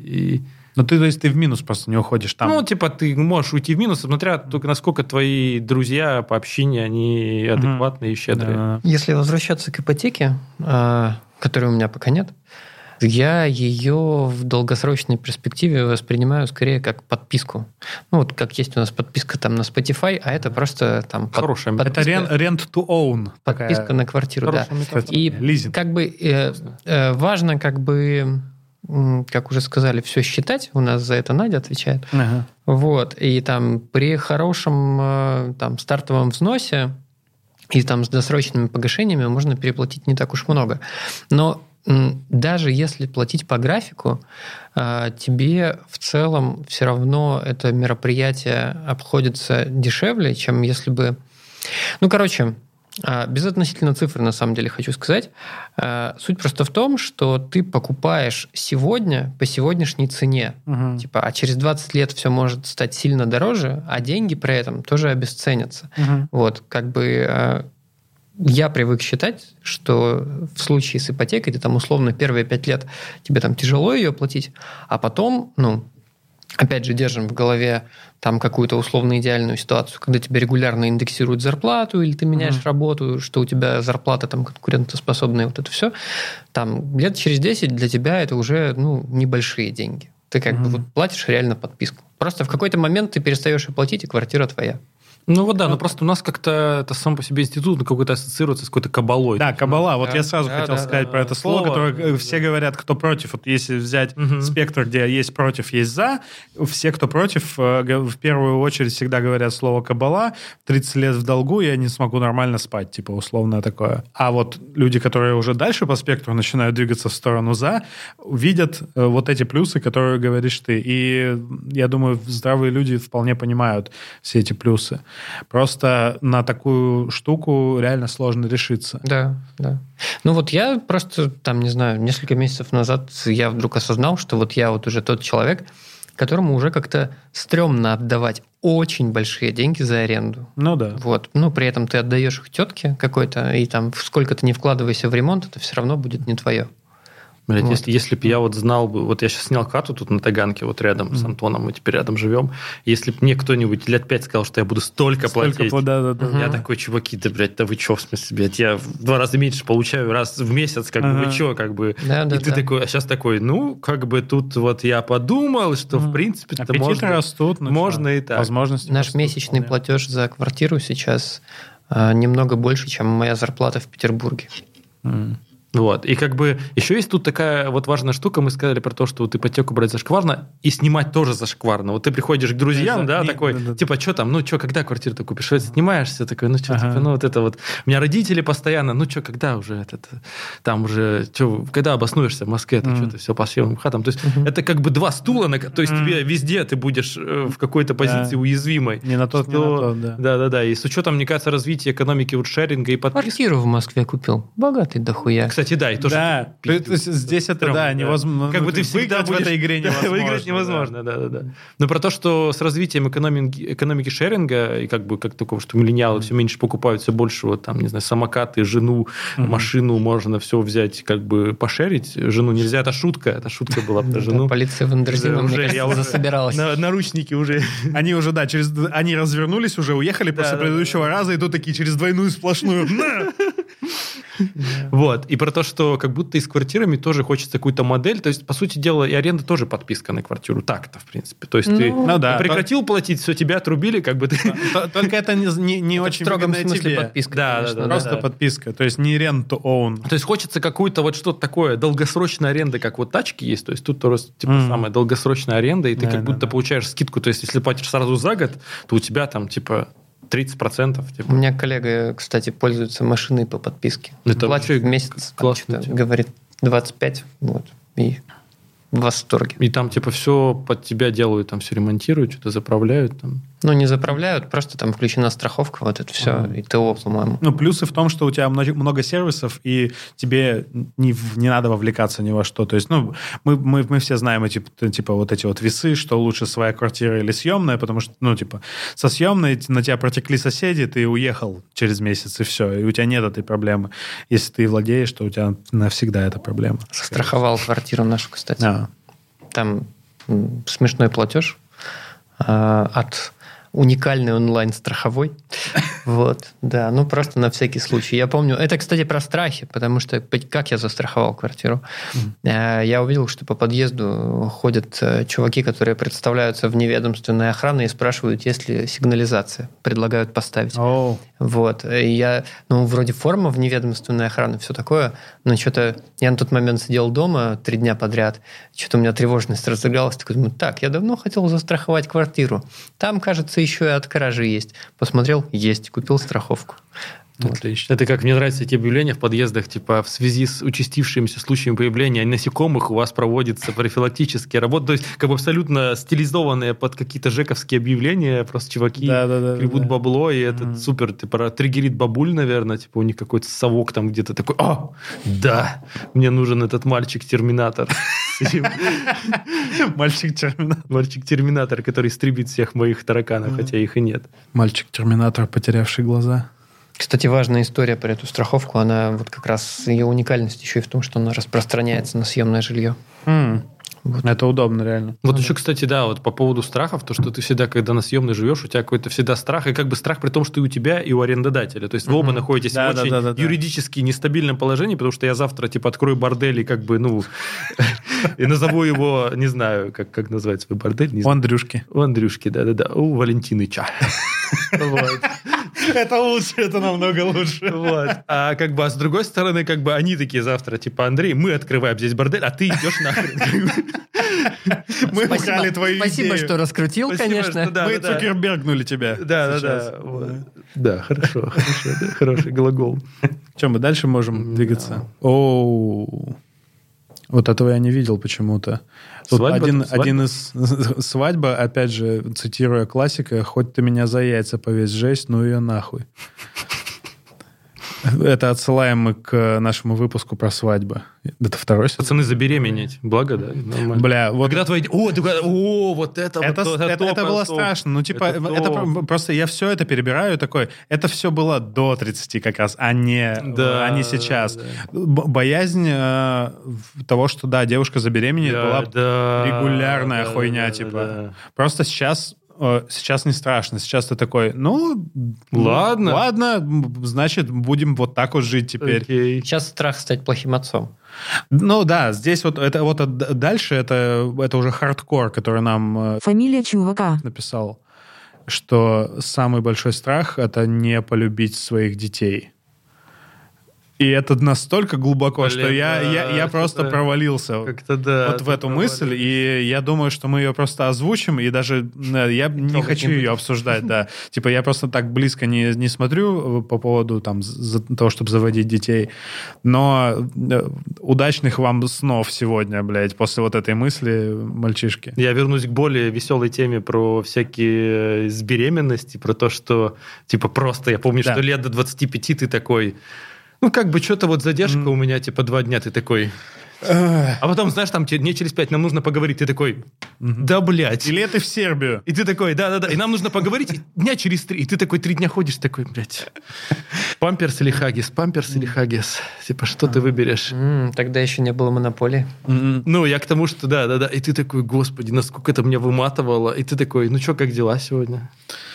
Ну, то есть ты в минус просто не уходишь там. Ну, типа, ты можешь уйти в минус, смотря только насколько твои друзья по общине, они адекватные и щедрые. Да. Если возвращаться к ипотеке, которой у меня пока нет, я ее в долгосрочной перспективе воспринимаю скорее как подписку. Ну, вот как есть у нас подписка там на Spotify, а это просто там... Хорошая подписка. Это rent to own. Подписка на квартиру, да. И лизинг. Как бы важно как бы... как уже сказали, все считать. У нас за это Надя отвечает. Вот. И там при хорошем там, стартовом взносе и там с досрочными погашениями можно переплатить не так уж много. Но даже если платить по графику, тебе в целом все равно это мероприятие обходится дешевле, чем если бы... Ну, короче... Безотносительно цифр, на самом деле, хочу сказать. Суть просто в том, что ты покупаешь сегодня по сегодняшней цене. Типа, а через 20 лет все может стать сильно дороже, а деньги при этом тоже обесценятся. Вот, как бы я привык считать, что в случае с ипотекой ты там условно первые 5 лет тебе там тяжело ее платить, а потом, ну, опять же, держим в голове там какую-то условно идеальную ситуацию, когда тебе регулярно индексируют зарплату, или ты меняешь работу, что у тебя зарплата там конкурентоспособная, вот это все. Там лет через 10 для тебя это уже небольшие деньги. Ты как бы вот платишь реально подписку. Просто в какой-то момент ты перестаешь ее платить, и квартира твоя. Ну вот да, но просто у нас как-то это сам по себе институт какой-то ассоциируется с какой-то кабалой. Да, кабала. Вот я сразу хотел сказать про это слово, которое все говорят, кто против. Вот если взять спектр, где есть против, есть за, все, кто против, в первую очередь всегда говорят слово кабала. 30 лет в долгу, я не смогу нормально спать, типа условно такое. А вот люди, которые уже дальше по спектру начинают двигаться в сторону за, видят вот эти плюсы, которые говоришь ты. И я думаю, здравые люди вполне понимают все эти плюсы. Просто на такую штуку реально сложно решиться. Да, да. Ну вот я просто, там, не знаю, несколько месяцев назад я вдруг осознал, что вот я вот уже тот человек, которому уже как-то стрёмно отдавать очень большие деньги за аренду. Ну да. Вот. Ну, при этом ты отдаешь их тетке какой-то, и там сколько ты не вкладывайся в ремонт, это все равно будет не твое. Блядь, вот. Если бы я вот знал бы... Вот я сейчас снял хату тут на Таганке, вот рядом с Антоном, мы теперь рядом живем. Если бы мне кто-нибудь лет 5 сказал, что я буду столько платить, я такой, чуваки, да, блядь, да вы что, в смысле, блядь, я в 2 раза меньше получаю раз в месяц, как бы, вы что, как бы... И ты такой, а сейчас такой, ну, как бы тут вот я подумал, что, в принципе, это можно... растут, можно и так. Возможности Наш месячный платеж за квартиру сейчас немного больше, чем моя зарплата в Петербурге. Вот. И как бы еще есть тут такая вот важная штука, мы сказали про то, что вот ипотеку брать зашкварно и снимать тоже зашкварно. Вот ты приходишь к друзьям, такой, типа, что там, ну что, когда квартиру-то купишь? Снимаешься, такой, ну что, типа, ну вот это вот. У меня родители постоянно, ну что, когда уже там уже, что, когда обоснуешься в Москве, ты что-то все по съемным хатам. То есть это как бы 2 стула, то есть тебе везде ты будешь в какой-то позиции уязвимой. Не на тот, не на тот, да. Да-да-да. И с учетом, мне кажется, развития экономики шеринга и подписки. Квартиру в Москве купил. Богатый дохуя. Кстати, да, и тоже. Да, здесь это, да, невозможно. Как бы ты всегда будешь... в этой игре невозможно. Выиграть невозможно, да. Но про то, что с развитием экономики шеринга, и как бы как такого, что миллениалы все меньше покупают, все больше, вот там, не знаю, самокаты, жену, машину, можно все взять, как бы пошерить. Жену нельзя, это шутка была про жену. Полиция Вандерзина, мне кажется, засобиралась. Наручники уже. Они уже, да, они развернулись уже, уехали после предыдущего раза, и тут такие через двойную сплошную. Вот. И про то, что как будто и с квартирами тоже хочется какую-то модель. То есть, по сути дела, и аренда тоже подписка на квартиру. Так-то, в принципе. То есть, ты прекратил платить, все, тебя отрубили, как бы ты... Только это не очень выгодно тебе. Подписка. Да. Просто подписка. То есть, не rent to own. То есть, хочется какую-то вот что-то такое, долгосрочная аренда, как вот тачки есть. То есть, тут тоже типа самая долгосрочная аренда, и ты как будто получаешь скидку. То есть, если платишь сразу за год, то у тебя там типа 30%. Типа. У меня коллега, кстати, пользуется машиной по подписке. Это платит в месяц, классно, говорит, 25, вот, и в восторге. И там типа все под тебя делают, там все ремонтируют, что-то заправляют. Там. Ну, не заправляют, просто там включена страховка, вот это все, и ТО, по-моему. Ну, плюсы в том, что у тебя много сервисов, и тебе не надо вовлекаться ни во что. То есть, ну, мы все знаем типа вот эти вот весы, что лучше своя квартира или съемная, потому что, ну, типа, со съемной на тебя протекли соседи, ты уехал через месяц, и все, и у тебя нет этой проблемы. Если ты владеешь, то у тебя навсегда эта проблема. Страховал квартиру нашу, кстати. Там смешной платеж от уникальный онлайн-страховой. Вот, да, ну просто на всякий случай. Я помню, это, кстати, про страхи, потому что как я застраховал квартиру? Я увидел, что по подъезду ходят чуваки, которые представляются в неведомственной охране и спрашивают, есть ли сигнализация. Предлагают поставить. Вот. И я, ну, вроде форма в неведомственной охране, все такое, но что-то я на тот момент сидел дома 3 дня подряд, что-то у меня тревожность разыгралась, такой думаю, я давно хотел застраховать квартиру. Там, кажется, еще и от кражи есть. Посмотрел, есть, купил страховку. Отлично. Это как мне нравятся эти объявления в подъездах, типа в связи с участившимися случаями появления насекомых у вас проводятся профилактические работы. То есть как бы абсолютно стилизованные под какие-то жековские объявления, просто чуваки гребут бабло, и это супер, типа триггерит бабуль, наверное, типа у них какой-то совок там где-то такой, да, мне нужен этот мальчик-терминатор. Мальчик-терминатор, который истребит всех моих тараканов, хотя их и нет. Мальчик-терминатор, потерявший глаза. Кстати, важная история про эту страховку, она вот как раз, ее уникальность еще и в том, что она распространяется на съемное жилье. Вот. Это удобно, реально. Вот еще, кстати, да, вот по поводу страхов, то, что ты всегда, когда на съемной живешь, у тебя какой-то всегда страх, и как бы страх при том, что и у тебя, и у арендодателя. То есть вы оба находитесь в очень юридически нестабильном положении, потому что я завтра, типа, открою бордель и как бы, ну, и назову его, не знаю, как назвать свой бордель. У Андрюшки. У Андрюшки, да-да-да, у Валентиныча. Это лучше, это намного лучше. А как бы, а с другой стороны, как бы они такие завтра, типа, Андрей, мы открываем здесь бордель, а ты идешь нахрен. Мы украли твою идею. Спасибо, что раскрутил, конечно. Мы Цукербергнули тебя. Да. Да, хорошо, хороший глагол. Что, мы дальше можем двигаться? Вот этого я не видел почему-то. Тут один из свадьба, опять же, цитируя классика, хоть ты меня за яйца повесь, жесть, ну ее нахуй. Это отсылаем мы к нашему выпуску про свадьбы. Это второй сезон. Пацаны, забеременеть. Благо, да? Нормально. Бля, вот... Когда твои... вот это... Это было страшно. Ну, типа, это просто я все это перебираю такой, это все было до 30 как раз, а не сейчас. Да. Боязнь того, что, да, девушка забеременеет, была регулярная хуйня, типа. Да. Просто сейчас не страшно. Сейчас ты такой, ладно, значит, будем вот так вот жить теперь. Окей. Сейчас страх стать плохим отцом. Ну да, здесь вот дальше это уже хардкор, который нам фамилия чувака написал, что самый большой страх — это не полюбить своих детей. И это настолько глубоко, что я просто провалился вот в эту мысль, и я думаю, что мы ее просто озвучим, и даже я не хочу ее обсуждать, да. Типа я просто так близко не смотрю по поводу того, чтобы заводить детей, но удачных вам снов сегодня, блядь, после вот этой мысли, мальчишки. Я вернусь к более веселой теме про всякие беременности, про то, что типа просто, я помню, что лет до 25 ты такой... Ну, как бы что-то вот задержка у меня, типа 2 дня, ты такой... А потом, знаешь, там дней через 5 нам нужно поговорить, ты такой, да, блядь. Или ты в Сербию. И ты такой, да-да-да, и нам нужно поговорить, и дня через 3, и ты такой 3 дня ходишь, такой, блядь, памперс или хаггис, типа, что ты выберешь? Тогда еще не было монополии. Ну, я к тому, что да-да-да, и ты такой, господи, насколько это меня выматывало, и ты такой, ну что, как дела сегодня?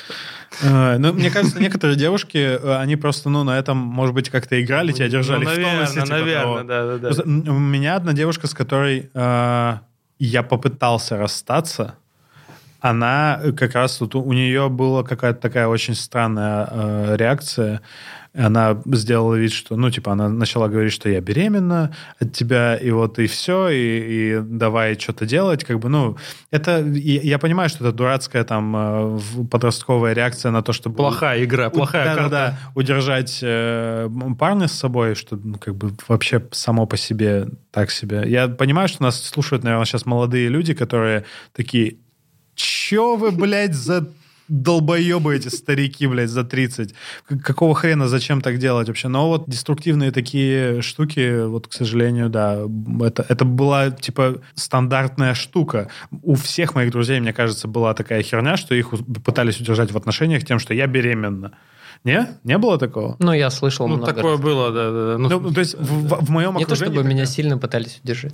Ну, мне кажется, некоторые девушки, они просто, на этом, может быть, как-то играли, тебя держали в тонусе. Наверное, да. У меня одна девушка, с которой я попытался расстаться, она как раз, у нее была какая-то такая очень странная реакция. Она сделала вид, что, она начала говорить, что я беременна от тебя, и вот и все, и давай что-то делать, это, я понимаю, что это дурацкая подростковая реакция на то, чтобы... Плохая игра, плохая карта. Да, удержать парня с собой, что, вообще само по себе так себе. Я понимаю, что нас слушают, наверное, сейчас молодые люди, которые такие, чё вы, блядь, за... долбоебы эти старики, блядь, за 30. Какого хрена, зачем так делать вообще? Но вот деструктивные такие штуки, вот, к сожалению, да, это была, стандартная штука. У всех моих друзей, мне кажется, была такая херня, что их пытались удержать в отношениях тем, что я беременна. Не было такого? Ну, я слышал много такое раз. было, да. То есть в моем окружении... Не то, чтобы меня сильно пытались удержать.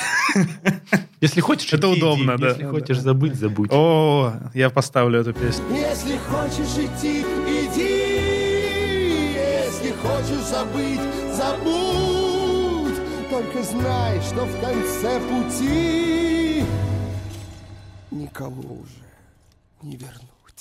Если хочешь, это удобно, да. Если хочешь забыть. О, я поставлю эту песню. Если хочешь идти, иди. Если хочешь забыть, забудь. Только знай, что в конце пути никого уже не вернуть.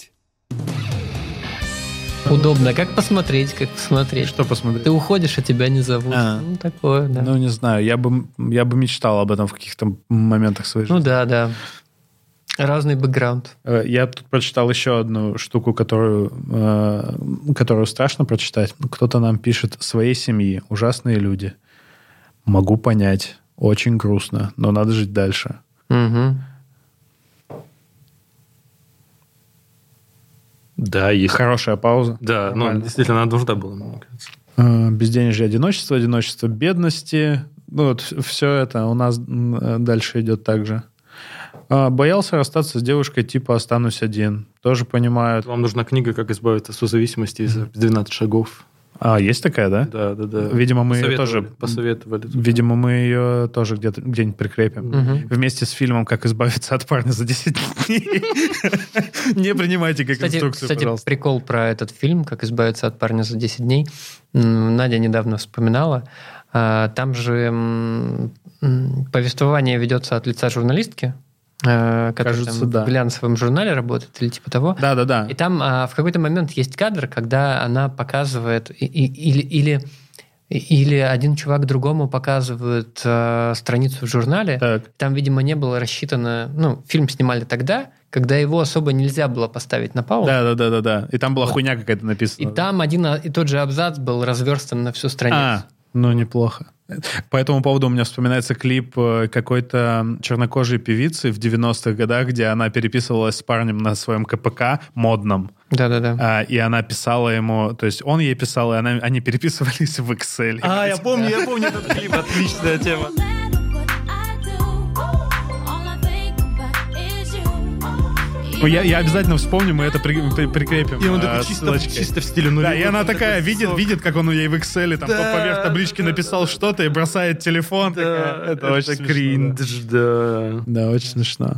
Удобно. Как посмотреть? Что посмотреть? Ты уходишь, а тебя не зовут. Ну, такое, да. Ну, не знаю. Я бы мечтал об этом в каких-то моментах своей жизни. Ну, да. Разный бэкграунд. Я тут прочитал еще одну штуку, которую страшно прочитать. Кто-то нам пишет: своей семьи, ужасные люди. Могу понять. Очень грустно, но надо жить дальше. Угу. Да, есть. Хорошая пауза. Да, действительно, она нужна была, мне кажется. Безденежье, одиночество бедности. Вот все это у нас дальше идет так же. Боялся расстаться с девушкой, типа останусь один. Тоже понимают. Вам нужна книга «Как избавиться от созависимости» из 12 шагов. Есть такая, да? Да. Видимо, мы ее тоже... Посоветовали. Видимо, мы ее тоже где-нибудь прикрепим. Угу. Вместе с фильмом «Как избавиться от парня за 10 дней». Не принимайте как инструкцию, пожалуйста. Кстати, прикол про этот фильм «Как избавиться от парня за 10 дней». Надя недавно вспоминала. Там же повествование ведется от лица журналистки, который в глянцевом журнале работает или типа того. Да. И там в какой-то момент есть кадр, когда она показывает или один чувак другому показывает страницу в журнале. Так. Там, видимо, не было рассчитано... фильм снимали тогда, когда его особо нельзя было поставить на паузу. Да. И там была хуйня какая-то написана. И там один и тот же абзац был разверстан на всю страницу. Неплохо. По этому поводу у меня вспоминается клип какой-то чернокожей певицы в 90-х годах, где она переписывалась с парнем на своем КПК модном. Да-да-да. И она писала ему, то есть он ей писал, и они переписывались в Excel. Я помню этот клип, отличная тема. Я обязательно вспомню, мы это прикрепим. И он такой чисто в стиле нулевых. Да, и она такая видит, как он ей в Excel там поверх таблички написал что-то и бросает телефон. Это очень кринж, да. Да, очень смешно.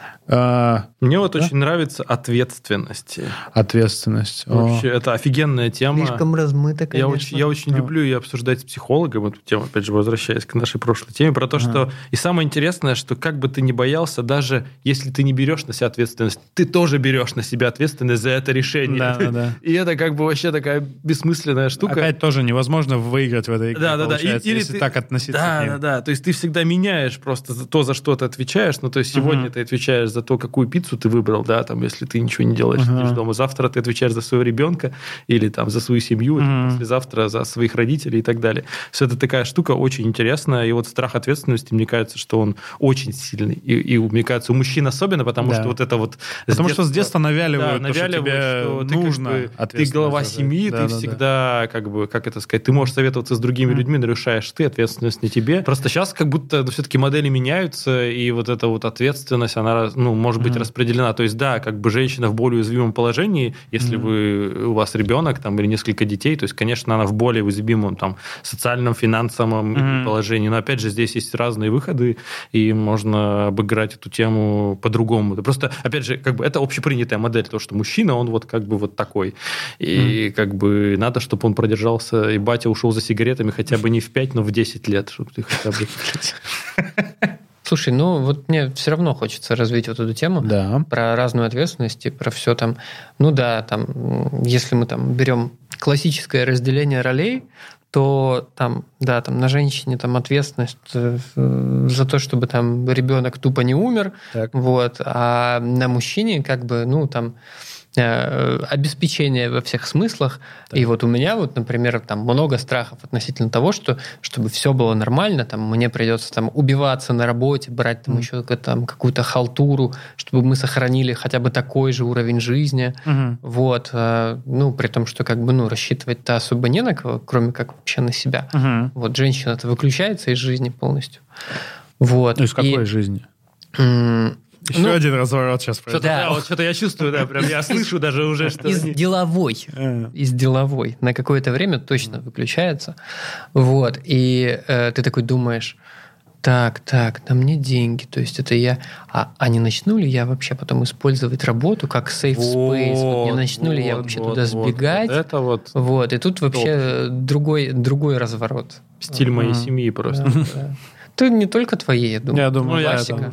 Мне вот очень нравится ответственность. Ответственность. Вообще, это офигенная тема. Слишком размыто, конечно. Я очень люблю ее обсуждать с психологом, эту тему, опять же, возвращаясь к нашей прошлой теме, про то, что... И самое интересное, что как бы ты ни боялся, даже если ты не берешь на себя ответственность, ты тоже берешь на себя ответственность за это решение. Да. И это как бы вообще такая бессмысленная штука. Опять тоже невозможно выиграть в этой игре, получается, если так относиться к ним. Да. То есть ты всегда меняешь просто то, за что ты отвечаешь. Ну, то есть сегодня ты отвечаешь за то, какую пиццу ты выбрал, да, там, если ты ничего не делаешь, сидишь дома. Завтра ты отвечаешь за своего ребенка или там за свою семью, послезавтра за своих родителей и так далее. Все это такая штука очень интересная. И вот страх ответственности, мне кажется, что он очень сильный. И мне кажется, у мужчин особенно, потому что вот это вот... Потому что с детства навяливают, что тебе нужно ответственность. Ты глава семьи, ты всегда, как бы, как это сказать, ты можешь советоваться с другими людьми, нарушаешь ты, ответственность не тебе. Просто сейчас как будто все-таки модели меняются, и вот эта вот ответственность, она, может быть распределена. То есть, да, как бы женщина в более уязвимом положении, если у вас ребенок там, или несколько детей, то есть, конечно, она в более уязвимом там, социальном, финансовом положении. Но, опять же, здесь есть разные выходы, и можно обыграть эту тему по-другому. Просто, опять же, как бы это общепринятая модель, то, что мужчина, он вот как бы вот такой. И как бы надо, чтобы он продержался, и батя ушел за сигаретами хотя бы не в 5, но в 10 лет, чтобы ты хотя бы... Слушай, вот мне все равно хочется развить вот эту тему про разную ответственность и про все там. Там, если мы там берем классическое разделение ролей, то там на женщине там ответственность за то, чтобы там ребенок тупо не умер, а на мужчине как бы, обеспечение во всех смыслах. Так. И вот у меня, например, там много страхов относительно того, что чтобы все было нормально, там мне придется там убиваться на работе, брать там еще там какую-то халтуру, чтобы мы сохранили хотя бы такой же уровень жизни. При том, что как бы рассчитывать-то особо не на кого, кроме как вообще на себя. Вот женщина-то выключается из жизни полностью. Из какой жизни? Еще один разворот сейчас произойдет. Что-то я чувствую, прям я слышу даже уже, что... Из деловой. На какое-то время точно выключается. И ты такой думаешь, так, на мне деньги, то есть это я... А не начну ли я вообще потом использовать работу как safe space? Не начну ли я вообще туда сбегать? И тут вообще другой разворот. Стиль моей семьи просто. Это не только твои, я думаю. Я думаю,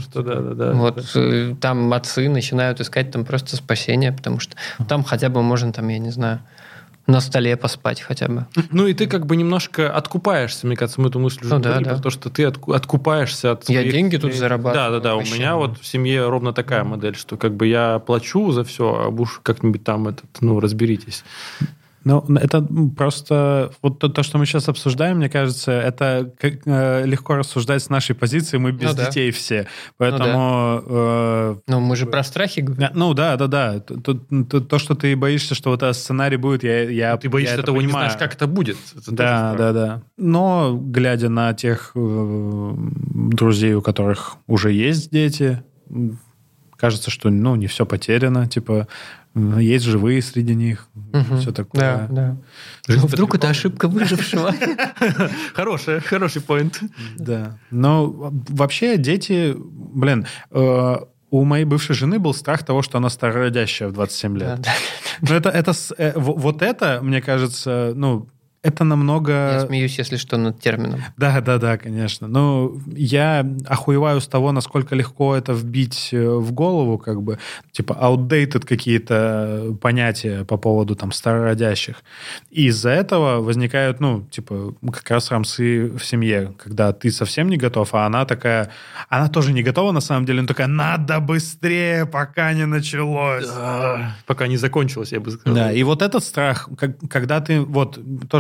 что там отцы начинают искать там просто спасение, потому что там хотя бы можно, там, я не знаю, на столе поспать хотя бы. И ты как бы немножко откупаешься, мне кажется, мы эту мысль уже говорили, про то, что ты откупаешься от своих... Я деньги тут зарабатываю. Да. У меня вот в семье ровно такая модель, что как бы я плачу за все, а уж как-нибудь там разберитесь. Это просто... Вот то, что мы сейчас обсуждаем, мне кажется, это легко рассуждать с нашей позиции. Мы без детей все. Поэтому... мы же про страхи говорим. Да. То, что ты боишься, что вот этот сценарий будет, ты боишься того, не знаешь, как это будет. Да. Но, глядя на тех друзей, у которых уже есть дети, кажется, что не все потеряно. Типа, есть живые среди них. Все такое. Да. Вдруг это ошибка выжившего. Хороший поинт. Да. Но вообще дети... у моей бывшей жены был страх того, что она старородящая в 27 лет. Вот это, мне кажется, это намного... Я смеюсь, если что, над термином. Да, конечно. Я охуеваю с того, насколько легко это вбить в голову, как бы, типа, outdated какие-то понятия по поводу, там, старородящих. И из-за этого возникают, как раз рамсы в семье, когда ты совсем не готов, а она такая... Она тоже не готова, на самом деле, но такая, надо быстрее, пока не началось. Да, пока не закончилось, я бы сказал. Да, и вот этот страх, когда ты... Вот, тоже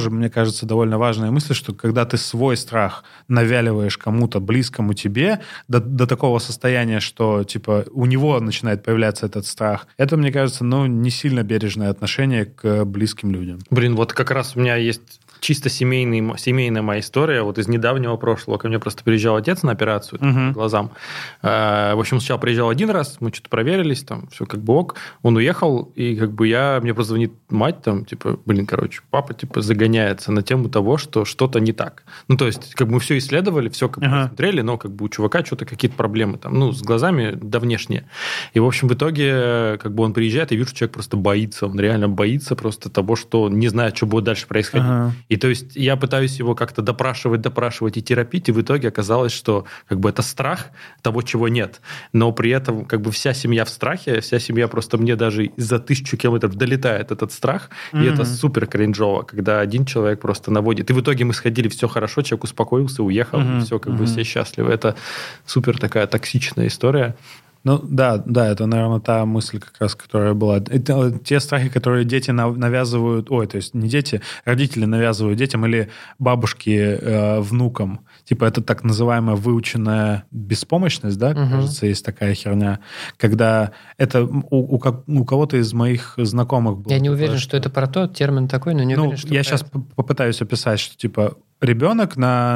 тоже, мне кажется, довольно важная мысль, что когда ты свой страх навяливаешь кому-то близкому тебе до такого состояния, что типа у него начинает появляться этот страх, это, мне кажется, не сильно бережное отношение к близким людям. Блин, вот как раз у меня есть чисто семейная моя история. Вот из недавнего прошлого ко мне просто приезжал отец на операцию по глазам. В общем, сначала приезжал один раз, мы что-то проверились, там все как бы ок. Он уехал, и как бы мне просто звонит мать, там, типа, папа, типа, загоняется на тему того, что что-то не так. Ну, то есть, как бы мы все исследовали, все как бы смотрели, но как бы у чувака что-то какие-то проблемы там, с глазами, да внешние. И, в общем, в итоге, как бы он приезжает, и вижу, что человек просто боится, он реально боится просто того, что не знает, что будет дальше происходить. И то есть я пытаюсь его как-то допрашивать и терапить, и в итоге оказалось, что как бы это страх того, чего нет. Но при этом как бы вся семья в страхе, вся семья просто мне даже за 1000 километров долетает этот страх, и это супер кринжово, когда один человек просто наводит. И в итоге мы сходили, все хорошо, человек успокоился, уехал, и все, как бы все счастливы. Это супер такая токсичная история. Ну, да, это, наверное, та мысль как раз, которая была. Это те страхи, которые дети навязывают... то есть не дети, родители навязывают детям или бабушки внукам. Типа это так называемая выученная беспомощность, да, кажется, есть такая херня. Когда это у кого-то из моих знакомых было. Я не уверен, что это про то, термин такой, но не уверен, что... Я сейчас попытаюсь описать, что, типа, ребенок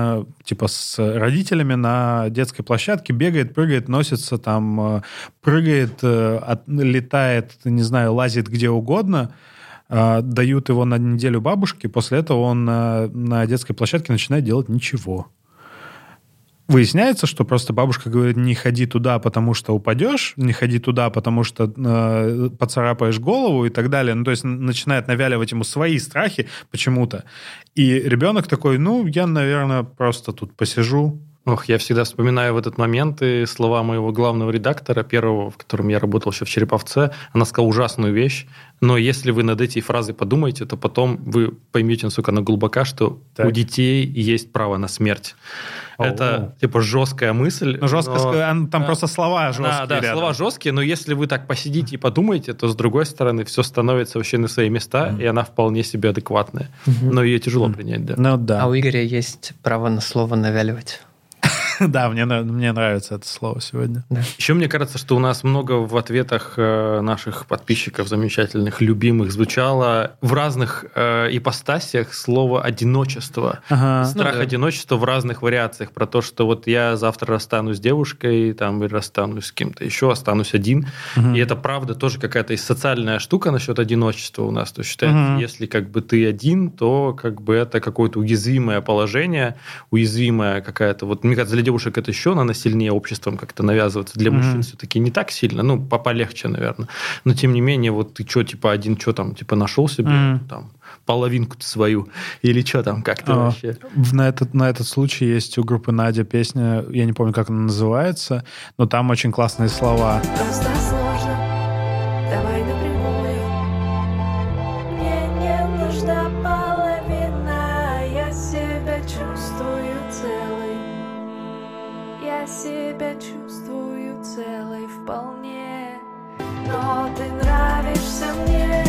с родителями на детской площадке бегает, прыгает, носится там, прыгает, летает, не знаю, лазит где угодно, дают его на неделю бабушке, после этого он на детской площадке начинает делать ничего. Выясняется, что просто бабушка говорит, не ходи туда, потому что упадешь, не ходи туда, потому что поцарапаешь голову и так далее. Ну, то есть начинает навяливать ему свои страхи почему-то. И ребенок такой, я, наверное, просто тут посижу. Я всегда вспоминаю в этот момент и слова моего главного редактора, первого, в котором я работал еще в Череповце. Она сказала ужасную вещь, но если вы над этой фразой подумаете, то потом вы поймете, насколько она глубока, что у детей есть право на смерть. Это типа жесткая мысль. Там просто слова жесткие. Да, слова жесткие, но если вы так посидите и подумаете, то с другой стороны все становится вообще на свои места, и она вполне себе адекватная. Но ее тяжело принять, да. А у Игоря есть право на слово навяливать. Да, мне нравится это слово сегодня. Да. Еще мне кажется, что у нас много в ответах наших подписчиков замечательных, любимых звучало в разных ипостасях слово «одиночество». Страх одиночества в разных вариациях. Про то, что вот я завтра расстанусь с девушкой, или расстанусь с кем-то еще, останусь один. И это, правда, тоже какая-то социальная штука насчет одиночества у нас. То есть считается, если как бы ты один, то как бы это какое-то уязвимое положение, уязвимая какая-то... Вот, мне кажется, для девушек это еще, наверное, сильнее обществом как-то навязываться. Для мужчин все-таки не так сильно, полегче, наверное. Но, тем не менее, вот ты что, типа, один, что там, типа, нашел себе там половинку свою? Или что там, как ты вообще? На этот случай есть у группы Надя песня, я не помню, как она называется, но там очень классные слова. Просто сложно, давай напрямую. Мне не нужна половина, я себя чувствую целой. Я себя чувствую целой вполне, но ты нравишься мне.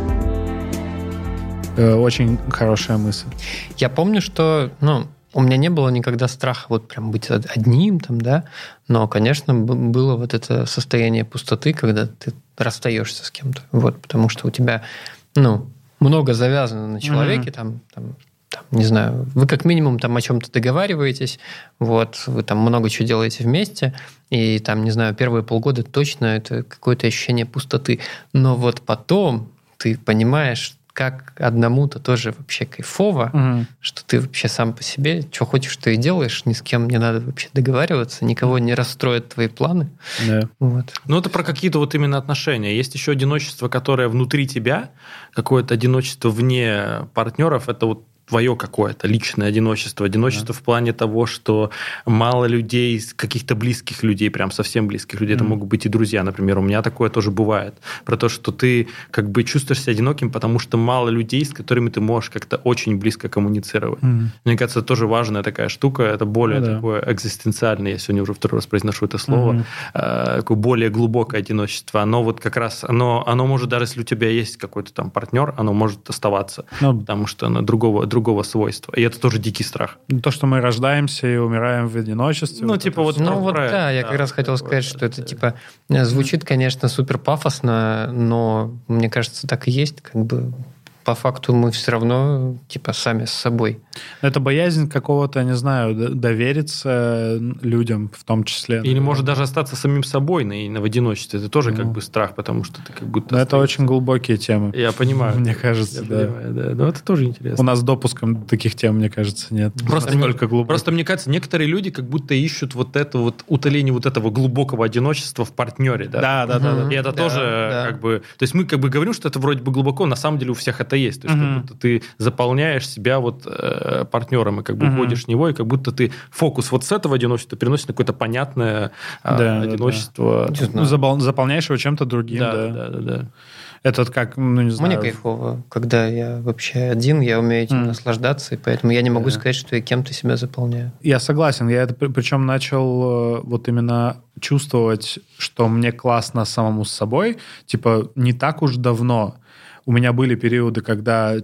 Очень хорошая мысль. Я помню, что, у меня не было никогда страха вот прям быть одним там, да, но, конечно, было вот это состояние пустоты, когда ты расстаешься с кем-то, вот, потому что у тебя, много завязано на человеке, там, не знаю, вы как минимум там о чем-то договариваетесь, вот, вы там много чего делаете вместе, и там, не знаю, первые полгода точно это какое-то ощущение пустоты, но вот потом ты понимаешь, как одному-то тоже вообще кайфово, что ты вообще сам по себе, что хочешь, то и делаешь, ни с кем не надо вообще договариваться, никого не расстроят твои планы. Да. Вот. Это про какие-то вот именно отношения. Есть еще одиночество, которое внутри тебя, какое-то одиночество вне партнеров, это вот твое какое-то личное одиночество. Одиночество в плане того, что мало людей, каких-то близких людей, прям совсем близких людей, это могут быть и друзья, например. У меня такое тоже бывает. Про то, что ты как бы чувствуешь себя одиноким, потому что мало людей, с которыми ты можешь как-то очень близко коммуницировать. Мне кажется, это тоже важная такая штука. Это более такое экзистенциальное, я сегодня уже второй раз произношу это слово, такое более глубокое одиночество. Оно вот как раз, оно может, даже если у тебя есть какой-то там партнер, оно может оставаться, потому что другого другого свойства. И это тоже дикий страх. То, что мы рождаемся и умираем в одиночестве. Ну, типа вот... Я как раз хотел сказать, что это, типа, звучит, конечно, супер пафосно, но, мне кажется, так и есть, как бы... По факту мы все равно, типа, сами с собой. Это боязнь какого-то, не знаю, довериться людям в том числе. Или может даже остаться самим собой в одиночестве. Это тоже как бы страх, потому что ты как будто... Это очень глубокие темы. Я понимаю. Мне кажется, да. Но это тоже интересно. У нас допуском таких тем, мне кажется, нет. Просто мне кажется, некоторые люди как будто ищут вот это вот утоление вот этого глубокого одиночества в партнере. Да. И это тоже как бы... То есть мы как бы говорим, что это вроде бы глубоко, на самом деле у всех это есть. То есть как будто ты заполняешь себя вот партнером, и как бы уходишь в него, и как будто ты фокус вот с этого одиночества переносишь на какое-то понятное одиночество. Заполняешь его чем-то другим. Да. Это как, не знаю... Мне кайфово. Когда я вообще один, я умею этим наслаждаться, и поэтому я не могу сказать, что я кем-то себя заполняю. Я согласен. Я это причем начал вот именно чувствовать, что мне классно самому с собой, типа не так уж давно. У меня были периоды, когда,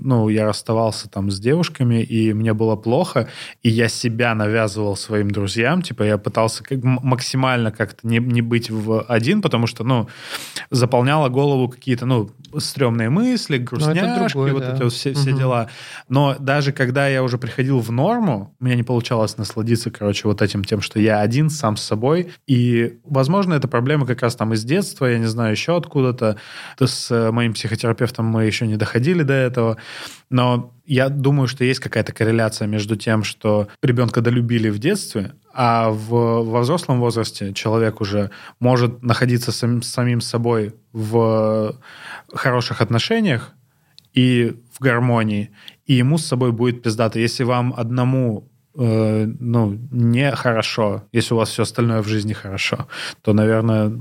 я расставался там с девушками, и мне было плохо, и я себя навязывал своим друзьям, типа я пытался максимально как-то не быть в один, потому что, заполняло голову какие-то, стрёмные мысли, грустняшки, эти вот все дела. Но даже когда я уже приходил в норму, у меня не получалось насладиться, вот этим тем, что я один, сам с собой, и, возможно, это проблема как раз там из детства, я не знаю, еще откуда-то, с моим психотерапевтом мы еще не доходили до этого, но я думаю, что есть какая-то корреляция между тем, что ребенка долюбили в детстве, а во взрослом возрасте человек уже может находиться самим собой в хороших отношениях и в гармонии, и ему с собой будет пиздато. Если вам одному не хорошо, если у вас все остальное в жизни хорошо, то, наверное,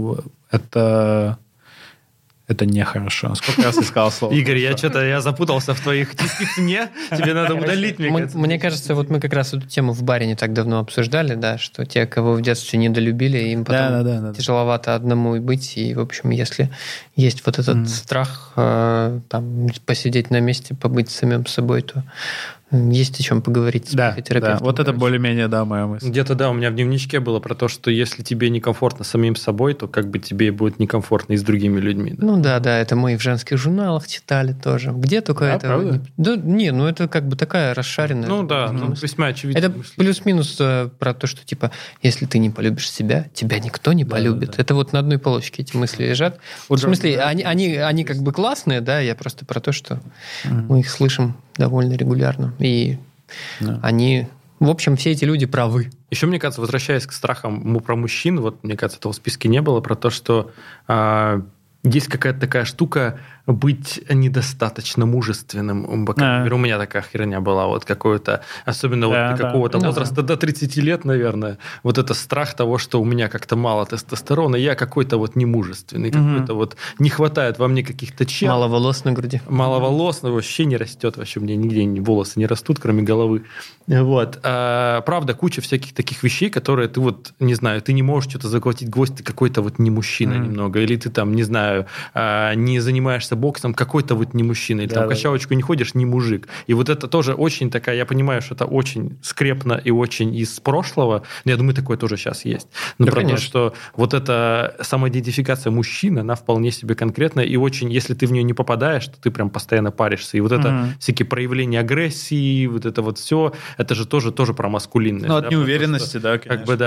это нехорошо. Сколько раз я сказал слово? Игорь, я запутался в твоих «не». Тебе надо удалить, мне кажется. Мне кажется, вот мы как раз эту тему в баре не так давно обсуждали, да, что те, кого в детстве недолюбили, им потом тяжеловато одному и быть. И, в общем, если есть вот этот страх там посидеть на месте, побыть самим собой, то есть о чем поговорить с психотерапевтом. Да, вот это более-менее, моя мысль. Где-то, у меня в дневничке было про то, что если тебе некомфортно самим собой, то как бы тебе будет некомфортно и с другими людьми. Да? Это мы и в женских журналах читали тоже. Где только это... Правда? Это как бы такая расшаренная... весьма очевидно. Это плюс-минус про то, что, типа, если ты не полюбишь себя, тебя никто не полюбит. Да. Это вот на одной полочке эти мысли лежат. В смысле, они как бы классные, да, я просто про то, что мы их слышим довольно регулярно. И они... В общем, все эти люди правы. Еще, мне кажется, возвращаясь к страхам про мужчин, вот, мне кажется, этого в списке не было, про то, что есть какая-то такая штука быть недостаточно мужественным. У меня такая херня была, вот какой-то, особенно до какого-то возраста, до 30 лет, наверное, вот это страх того, что у меня как-то мало тестостерона, я какой-то вот немужественный, какой-то вот не хватает во мне каких-то черт. Мало волос на груди. Мало волос, вообще не растет, вообще у меня нигде волосы не растут, кроме головы. Вот. Правда, куча всяких таких вещей, которые ты вот, не знаю, ты не можешь что-то заколотить гвоздь, ты какой-то вот не мужчина немного, или ты там, не знаю, не занимаешься боксом, какой-то вот не мужчина, или там качалочку не ходишь, не мужик. И вот это тоже очень такая, я понимаю, что это очень скрепно и очень из прошлого, но я думаю, такое тоже сейчас есть. Но про то, что вот эта самоидентификация мужчины, она вполне себе конкретная, и очень, если ты в нее не попадаешь, то ты прям постоянно паришься. И вот это всякие проявления агрессии, вот это вот все, это же тоже про маскулинность. От неуверенности, конечно. Как бы,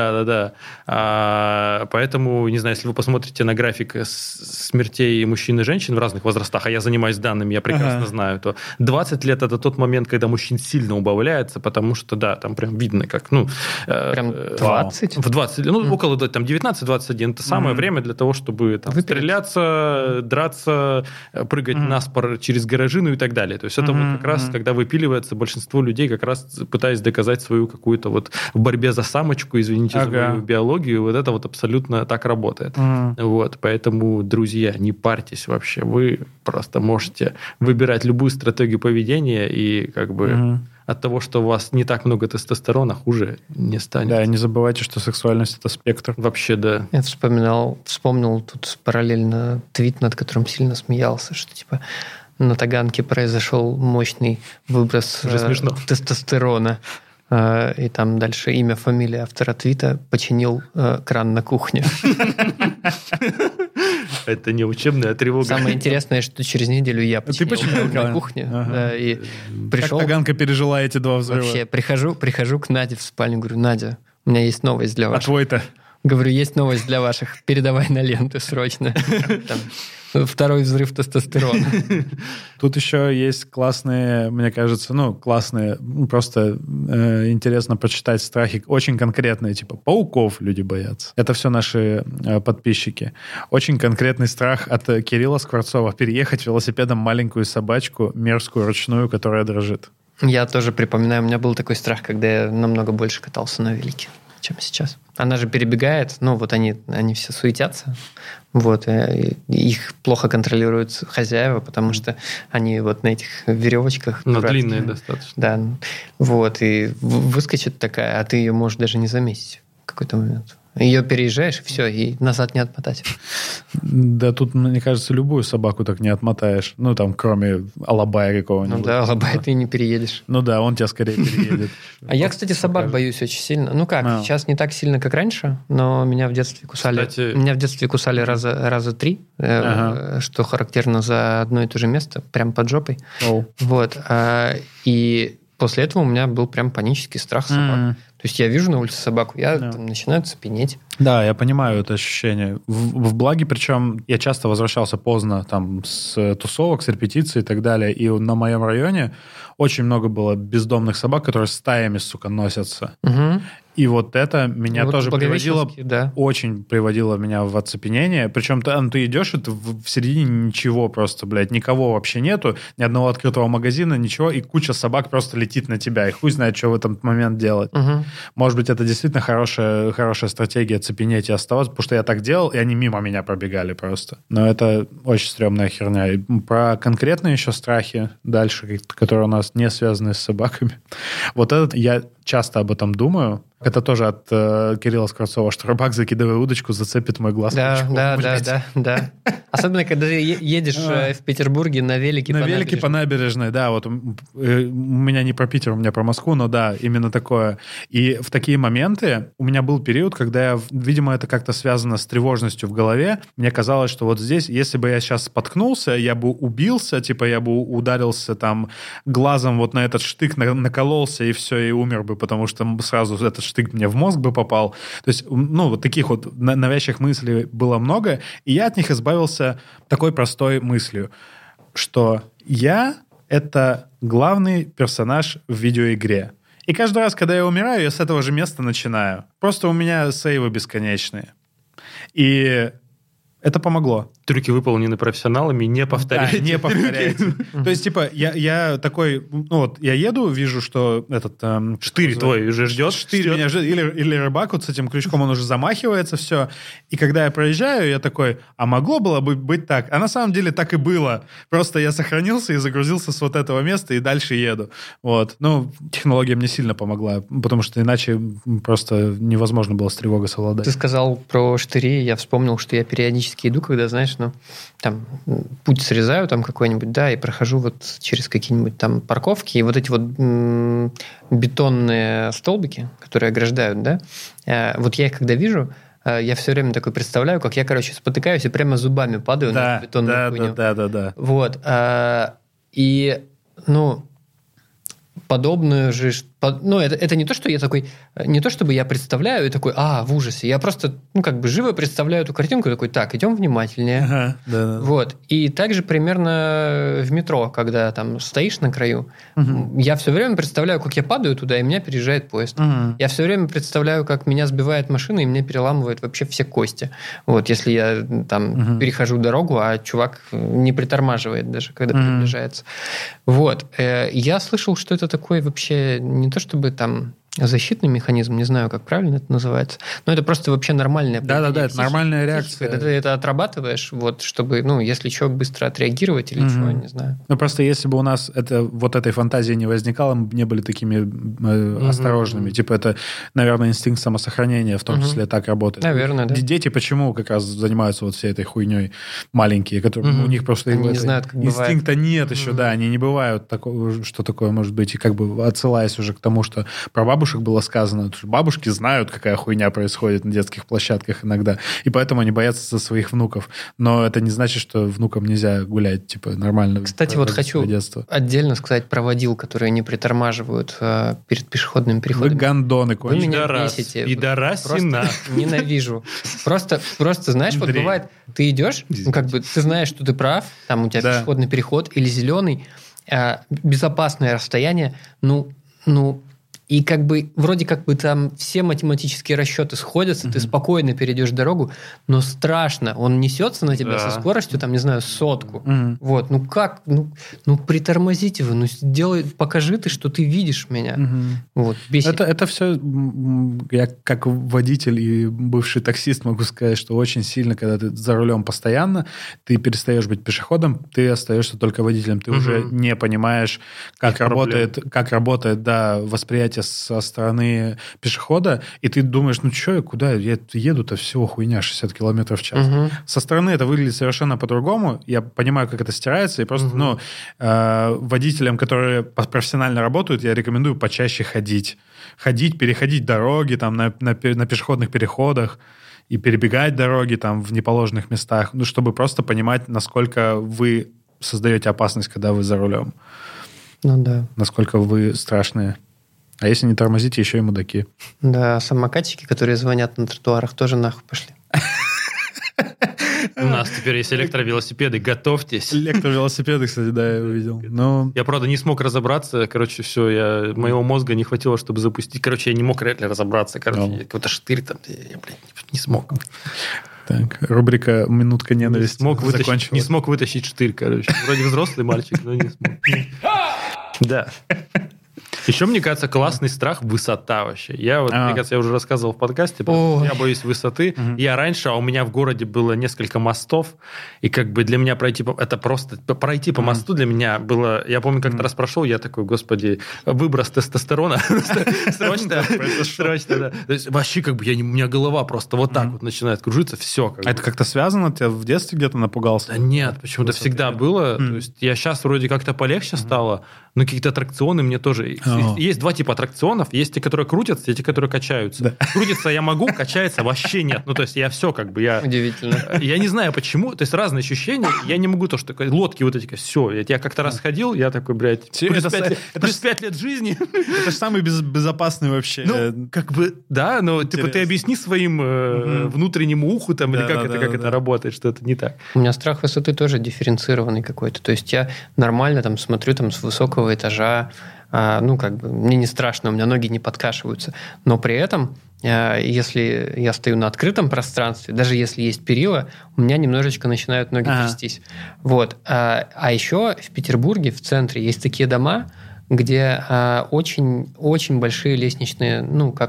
да. Поэтому, не знаю, если вы посмотрите на график смертей мужчин и женщин в разных возрастах, а я занимаюсь данными, я прекрасно знаю, то 20 лет – это тот момент, когда мужчин сильно убавляется, потому что, там прям видно, как, прям 20? В 20, около, там, 19-21 – это самое время для того, чтобы там стреляться, драться, прыгать наспор через гаражи, и так далее. То есть это вот как раз, когда выпиливается большинство людей, как раз пытаясь доказать свою какую-то вот в борьбе за самочку, извините за мою биологию, вот это вот абсолютно так работает. Вот, поэтому, друзья, не парьтесь вообще, вы просто можете выбирать любую стратегию поведения, и как бы от того, что у вас не так много тестостерона, хуже не станет. Да, не забывайте, что сексуальность – это спектр. Вообще, да. Я вспомнил тут параллельно твит, над которым сильно смеялся, что типа на Таганке произошел мощный выброс тестостерона. И там дальше имя, фамилия автора твита починил кран на кухне. Это не учебная тревога. Самое интересное, что через неделю я починил кран на кухне. И пришел. Как Таганка пережила эти 2 взрыва? Вообще, прихожу к Наде в спальню, говорю: Надя, у меня есть новость для ваших. А твой-то? Говорю, есть новость для ваших, передавай на ленту срочно. Второй взрыв тестостерона. Тут еще есть классные, мне кажется, классные, просто интересно почитать страхи, очень конкретные, типа пауков люди боятся. Это все наши подписчики. Очень конкретный страх от Кирилла Скворцова: переехать велосипедом маленькую собачку, мерзкую, ручную, которая дрожит. Я тоже припоминаю, у меня был такой страх, когда я намного больше катался на велике, чем сейчас. Она же перебегает, они все суетятся, их плохо контролируют хозяева, потому что они на этих веревочках... длинные достаточно. Да, и выскочит такая, а ты ее можешь даже не заметить в какой-то момент. Ее переезжаешь, и все, и назад не отмотать. Да тут, мне кажется, любую собаку так не отмотаешь. Кроме алабая какого-нибудь. Алабая ты не переедешь. Он тебя скорее переедет. А я, кстати, собак боюсь очень сильно. Сейчас не так сильно, как раньше, но меня в детстве кусали. Меня в детстве кусали раза 3, что характерно за одно и то же место, прям под жопой. И после этого у меня был прям панический страх собак. То есть я вижу на улице собаку, я начинаю цепенеть. Да, я понимаю это ощущение. В Благе, причем, я часто возвращался поздно с тусовок, с репетиций и так далее, и на моем районе очень много было бездомных собак, которые стаями, носятся. Угу. И это меня тоже очень приводило меня в оцепенение. Причем ты идешь, и ты в середине ничего просто, никого вообще нету, ни одного открытого магазина, ничего, и куча собак просто летит на тебя, и хуй знает, что в этот момент делать. Угу. Может быть, это действительно хорошая стратегия цепенеть и оставаться, потому что я так делал, и они мимо меня пробегали просто. Но это очень стрёмная херня. И про конкретные еще страхи дальше, которые у нас не связаны с собаками. Этот я часто об этом думаю. Это тоже от Кирилла Скворцова, что рыбак, закидывая удочку, зацепит мой глаз. Да. Особенно, когда едешь в Петербурге на велике по набережной. На велике по набережной, да. У меня не про Питер, у меня про Москву, но да, именно такое. И в такие моменты у меня был период, когда видимо, это как-то связано с тревожностью в голове. Мне казалось, что здесь, если бы я сейчас споткнулся, я бы убился, я бы ударился глазом на этот штык, накололся, и все, и умер бы, потому что сразу этот штык мне в мозг бы попал. То есть, таких навязчивых мыслей было много, и я от них избавился такой простой мыслью, что я — это главный персонаж в видеоигре. И каждый раз, когда я умираю, я с этого же места начинаю. Просто у меня сейвы бесконечные. И это помогло. Трюки выполнены профессионалами, не повторяйте. Да, не повторяйте. То есть, я такой, я еду, вижу, что этот... Штырь твой уже ждет. Штырь меня ждет. Или рыбак с этим крючком, он уже замахивается, все. И когда я проезжаю, я такой, а могло было бы быть так? А на самом деле так и было. Просто я сохранился и загрузился с этого места и дальше еду. Технология мне сильно помогла, потому что иначе просто невозможно было с тревогой совладать. Ты сказал про штыри, я вспомнил, что я периодически иду, когда, знаешь, путь срезаю какой-нибудь, да, и прохожу через какие-нибудь парковки, и эти бетонные столбики, которые ограждают, да, я их когда вижу, я все время такой представляю, как я, спотыкаюсь и прямо зубами падаю на бетонную хуйню. Да. И, подобную же... это не то, что я такой... Не то, чтобы я представляю и такой, в ужасе. Я просто, живо представляю эту картинку, такой, так, идем внимательнее. Да. И также примерно в метро, когда стоишь на краю, я все время представляю, как я падаю туда, и меня переезжает поезд. Я все время представляю, как меня сбивает машина, и мне переламывает вообще все кости. Если я перехожу дорогу, а чувак не притормаживает даже, когда приближается. Я слышал, что это такой вообще не то чтобы защитный механизм, не знаю, как правильно это называется, но это просто вообще нормальная Да-да-да, это нормальная реакция. Когда ты это отрабатываешь, вот, чтобы, если что, быстро отреагировать или чего, не знаю. Ну, просто если бы у нас вот этой фантазии не возникало, мы бы не были такими осторожными. Типа это, наверное, инстинкт самосохранения в том числе так работает. Наверное, да. Дети почему как раз занимаются вот всей этой хуйней маленькие, которые у них просто они не знают, как инстинкта нет еще, да, они не бывают такого, что такое может быть. И как бы отсылаясь уже к тому, что про бабушек было сказано, что бабушки знают, какая хуйня происходит на детских площадках иногда, и поэтому они боятся за своих внуков. Но это не значит, что внукам нельзя гулять, типа, нормально. Кстати, вот хочу отдельно сказать про водил, которые не притормаживают перед пешеходными переходами. Вы гандоны конченые. Вы меня бесите. Пидорасина. Просто ненавижу. Просто, знаешь, вот бывает, ты идешь, ты знаешь, что ты прав, там у тебя пешеходный переход или зеленый, безопасное расстояние, и как бы вроде как бы там все математические расчеты сходятся, ты спокойно перейдешь дорогу, но страшно. Он несется на тебя со скоростью, там, не знаю, 100. Вот, притормозите вы, покажи ты, что ты видишь меня. Вот, бесит. Это все, я как водитель и бывший таксист могу сказать, что очень сильно, когда ты за рулем постоянно, ты перестаешь быть пешеходом, ты остаешься только водителем. Ты уже не понимаешь, как работает восприятие со стороны пешехода, и ты думаешь, куда я еду-то, всего хуйня, 60 км в час. Со стороны это выглядит совершенно по-другому. Я понимаю, как это стирается, и просто, водителям, которые профессионально работают, я рекомендую почаще ходить, переходить дороги там на пешеходных переходах и перебегать дороги там в неположенных местах, чтобы просто понимать, насколько вы создаете опасность, когда вы за рулем. Да. Насколько вы страшные. А если не тормозите, еще и мудаки. Да, самокатчики, которые звонят на тротуарах, тоже нахуй пошли. У нас теперь есть электровелосипеды, готовьтесь. Электровелосипеды, кстати, да, я увидел. Я, правда, не смог разобраться, все, моего мозга не хватило, чтобы запустить. Я не мог реально разобраться, какой-то штырь там, я, не смог. Так, рубрика «Минутка ненависти» закончилась. Не смог вытащить штырь, Вроде взрослый мальчик, но не смог. Да. Еще, мне кажется, классный страх – высота вообще. Мне кажется, я уже рассказывал в подкасте, я боюсь высоты. Я раньше, у меня в городе было несколько мостов, и как бы для меня пройти по мосту для меня было... Я помню, как-то раз прошел, я такой, господи, выброс тестостерона. Срочно, да. То есть вообще как бы у меня голова просто вот так вот начинает кружиться, все. А это как-то связано? Ты в детстве где-то напугался? Да нет, почему-то всегда было. То есть я сейчас вроде как-то полегче стало, но какие-то аттракционы мне тоже... Есть два типа аттракционов. Есть те, которые крутятся, и те, которые качаются. Да. Крутиться я могу, качается вообще нет. То есть я все как бы... Удивительно. Я не знаю почему. То есть разные ощущения. Я не могу лодки вот эти, все. Я как-то раз ходил, я такой, блядь, плюс 5 лет жизни. Это же самый безопасный вообще. Как бы, да, но типа ты объясни своим внутреннему уху там, или как это работает, что это не так. У меня страх высоты тоже дифференцированный какой-то. То есть я нормально там смотрю там с высокого этажа, мне не страшно, у меня ноги не подкашиваются. Но при этом, если я стою на открытом пространстве, даже если есть перила, у меня немножечко начинают ноги трястись. Вот. А еще в Петербурге, в центре, есть такие дома, где очень большие лестничные,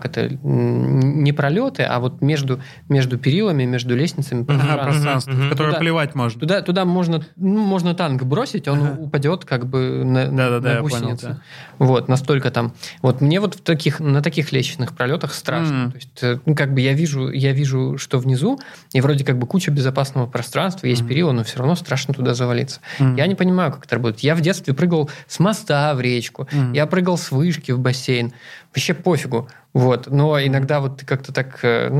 не пролеты, а вот между перилами, между лестницами пространство, в которое плевать можно. Туда можно танк бросить, он упадет как бы на гусеницу. Вот, настолько там. Вот мне вот на таких лестничных пролетах страшно. То есть, я вижу, что внизу, и вроде как бы куча безопасного пространства, есть перила, но все равно страшно туда завалиться. Я не понимаю, как это работает. Я в детстве прыгал с моста в речку, я прыгал с вышки в бассейн. Вообще пофигу. Вот. Но иногда вот ты как-то так,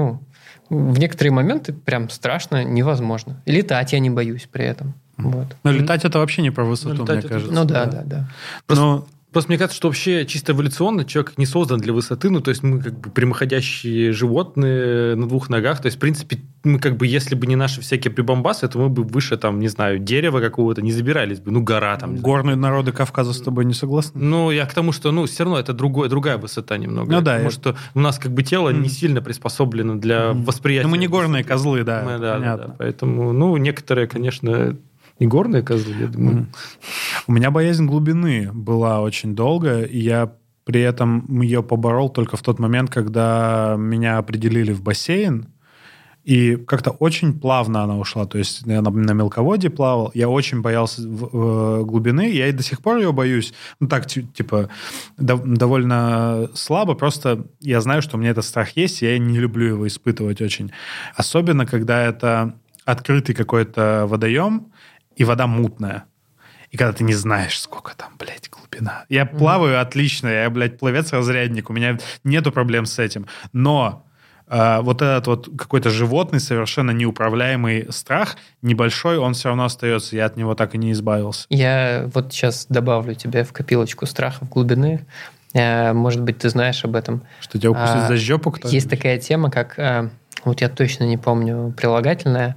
в некоторые моменты прям страшно, невозможно. Летать я не боюсь при этом. Вот. Но летать это вообще не про высоту, мне кажется. Да. Просто мне кажется, что вообще чисто эволюционно человек не создан для высоты, то есть мы как бы прямоходящие животные на двух ногах, то есть в принципе мы как бы, если бы не наши всякие прибамбасы, то мы бы выше там, не знаю, дерева какого-то не забирались бы, гора там. Горные народы Кавказа с тобой не согласны? Я к тому, что, все равно это другая высота немного. Потому что у нас как бы тело не сильно приспособлено для восприятия. Но мы не горные козлы, да, понятно. Да. Поэтому, некоторые, конечно... И горные козлы, я думаю. У меня боязнь глубины была очень долго, и я При этом ее поборол только в тот момент, когда меня определили в бассейн, и как-то очень плавно она ушла. То есть я на мелководье плавал, я очень боялся глубины, я и до сих пор ее боюсь. Ну так, типа, довольно слабо, просто я знаю, что у меня этот страх есть, и я не люблю его испытывать очень. Особенно, когда это открытый какой-то водоем, и вода мутная. И когда ты не знаешь, сколько там, блядь, глубина. Я плаваю отлично, я, блядь, пловец-разрядник, у меня нету проблем с этим. Но вот этот вот какой-то животный, совершенно неуправляемый страх, небольшой, он все равно остается. Я от него так и не избавился. Я вот сейчас добавлю тебе в копилочку страхов глубины. Может быть, ты знаешь об этом. Что тебя укусит за жопу кто-нибудь? Есть такая тема, как... Вот я точно не помню прилагательное.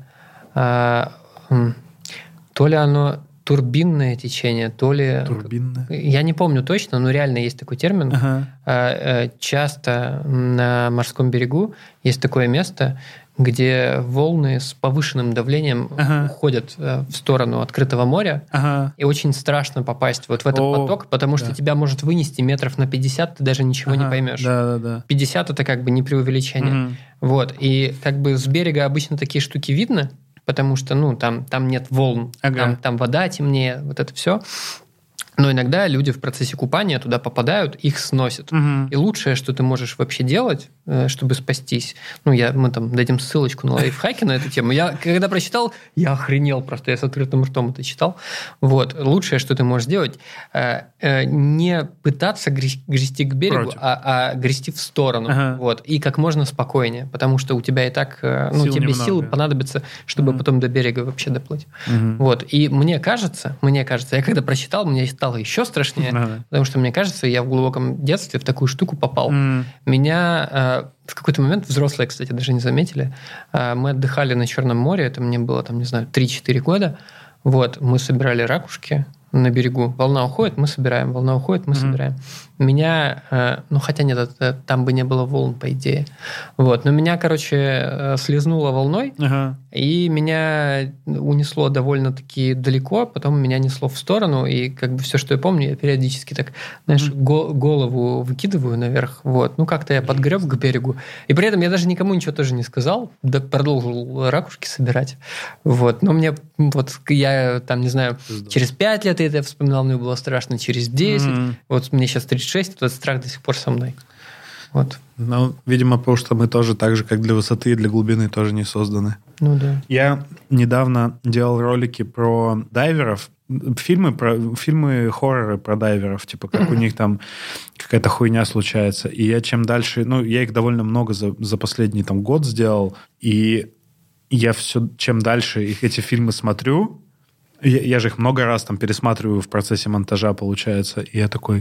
То ли оно турбинное течение, то ли... Турбинное? Я не помню точно, но реально есть такой термин. Часто на морском берегу есть такое место, где волны с повышенным давлением уходят в сторону открытого моря, и очень страшно попасть вот в этот поток, потому что тебя может вынести метров на 50, ты даже ничего не поймешь. 50 – это как бы не преувеличение. Вот. И как бы с берега обычно такие штуки видно, потому что, ну, там нет волн, там вода темнее, вот это все. Но иногда люди в процессе купания туда попадают, их сносят. И лучшее, что ты можешь вообще делать, чтобы спастись, мы там дадим ссылочку на лайфхаки на эту тему. Я когда прочитал, я охренел просто, я с открытым ртом это читал. Вот. Лучшее, что ты можешь сделать, не пытаться грести к берегу, а грести в сторону. Вот. И как можно спокойнее, потому что у тебя и так, тебе сил понадобится, чтобы потом до берега вообще доплыть. Вот. И мне кажется, я когда прочитал, мне стало еще страшнее, потому что, мне кажется, я в глубоком детстве в такую штуку попал. Меня в какой-то момент, взрослые, кстати, даже не заметили, мы отдыхали на Черном море, это мне было, 3-4 года, вот, мы собирали ракушки на берегу, волна уходит, мы собираем, волна уходит, мы собираем. Меня, хотя нет, там бы не было волн, по идее. Вот. Но меня, слезнуло волной, и меня унесло довольно-таки далеко, потом меня несло в сторону, и как бы все, что я помню, я периодически так, голову выкидываю наверх. Вот. Как-то я подгреб к берегу. И при этом я даже никому ничего тоже не сказал, продолжил ракушки собирать. Вот. Но мне, я не знаю, через 5 лет я это вспоминал, мне было страшно, через 10. Вот мне сейчас 36, этот страх до сих пор со мной. Вот. Видимо, потому что мы тоже так же, как для высоты и для глубины, тоже не созданы. Да. Я недавно делал ролики про дайверов, фильмы хорроры про дайверов, типа как у них там какая-то хуйня случается. И я чем дальше... я их довольно много за последний год сделал, и я все, чем дальше эти фильмы смотрю, я же их много раз пересматриваю в процессе монтажа, получается, и я такой...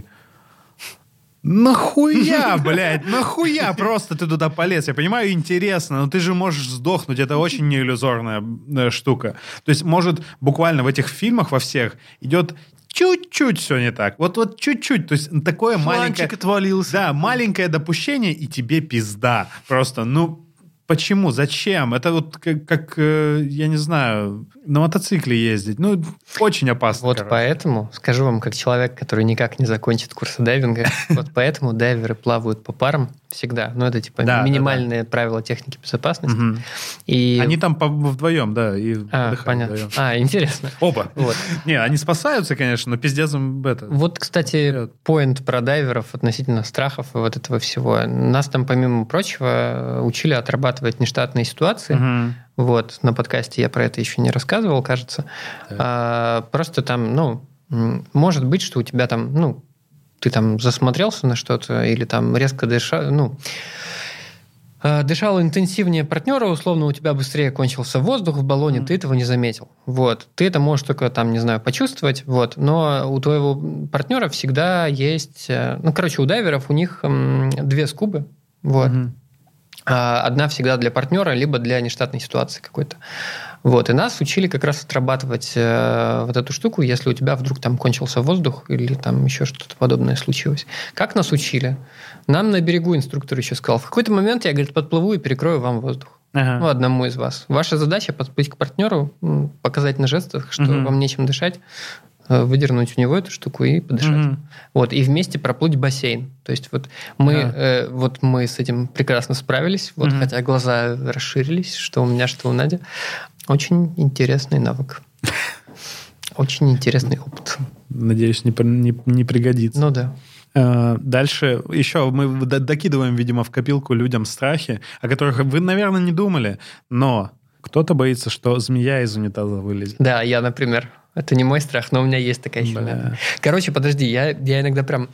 Нахуя, блядь, нахуя просто ты туда полез? Я понимаю, интересно, но ты же можешь сдохнуть. Это очень неиллюзорная штука. То есть, может, буквально в этих фильмах во всех идет чуть-чуть все не так. Вот чуть-чуть. То есть, такое маленькое... отвалился. Да, маленькое допущение, и тебе пизда. Просто, почему? Зачем? Это вот как я не знаю, на мотоцикле ездить. Очень опасно. Вот поэтому, скажу вам, как человек, который никак не закончит курсы дайвинга, вот поэтому дайверы плавают по парам всегда. Это минимальные правила техники безопасности. И... Они там вдвоем, да, и отдыхают понятно. вдвоем. Интересно. Оба. Вот. Не, они спасаются, конечно, но пиздец им это... Вот, кстати, поинт про дайверов относительно страхов и вот этого всего. Нас там, помимо прочего, учили отрабатывать нештатные ситуации. Вот, на подкасте я про это еще не рассказывал, кажется. Просто там, может быть, что у тебя там, ты там засмотрелся на что-то или там резко дышал интенсивнее партнера, условно, у тебя быстрее кончился воздух в баллоне, ты этого не заметил. Вот. Ты это можешь только почувствовать, вот. Но у твоего партнера всегда есть... у дайверов у них 2 скубы, вот. Одна всегда для партнера, либо для нештатной ситуации какой-то. Вот. И нас учили как раз отрабатывать вот эту штуку, если у тебя вдруг там кончился воздух или там еще что-то подобное случилось. Как нас учили? Нам на берегу инструктор еще сказал, в какой-то момент я, говорит, подплыву и перекрою вам воздух. Одному из вас. Ваша задача подплыть к партнеру, показать на жестах, что вам нечем дышать, выдернуть у него эту штуку и подышать. Вот, и вместе проплыть бассейн. То есть вот мы с этим прекрасно справились, вот, хотя глаза расширились, что у меня, что у Нади. Очень интересный навык. Очень интересный опыт. Надеюсь, не пригодится. Ну да. Дальше еще мы докидываем, видимо, в копилку людям страхи, о которых вы, наверное, не думали, но кто-то боится, что змея из унитаза вылезет. Да, я, например. Это не мой страх, но у меня есть такая химия. Короче, подожди, я иногда прям...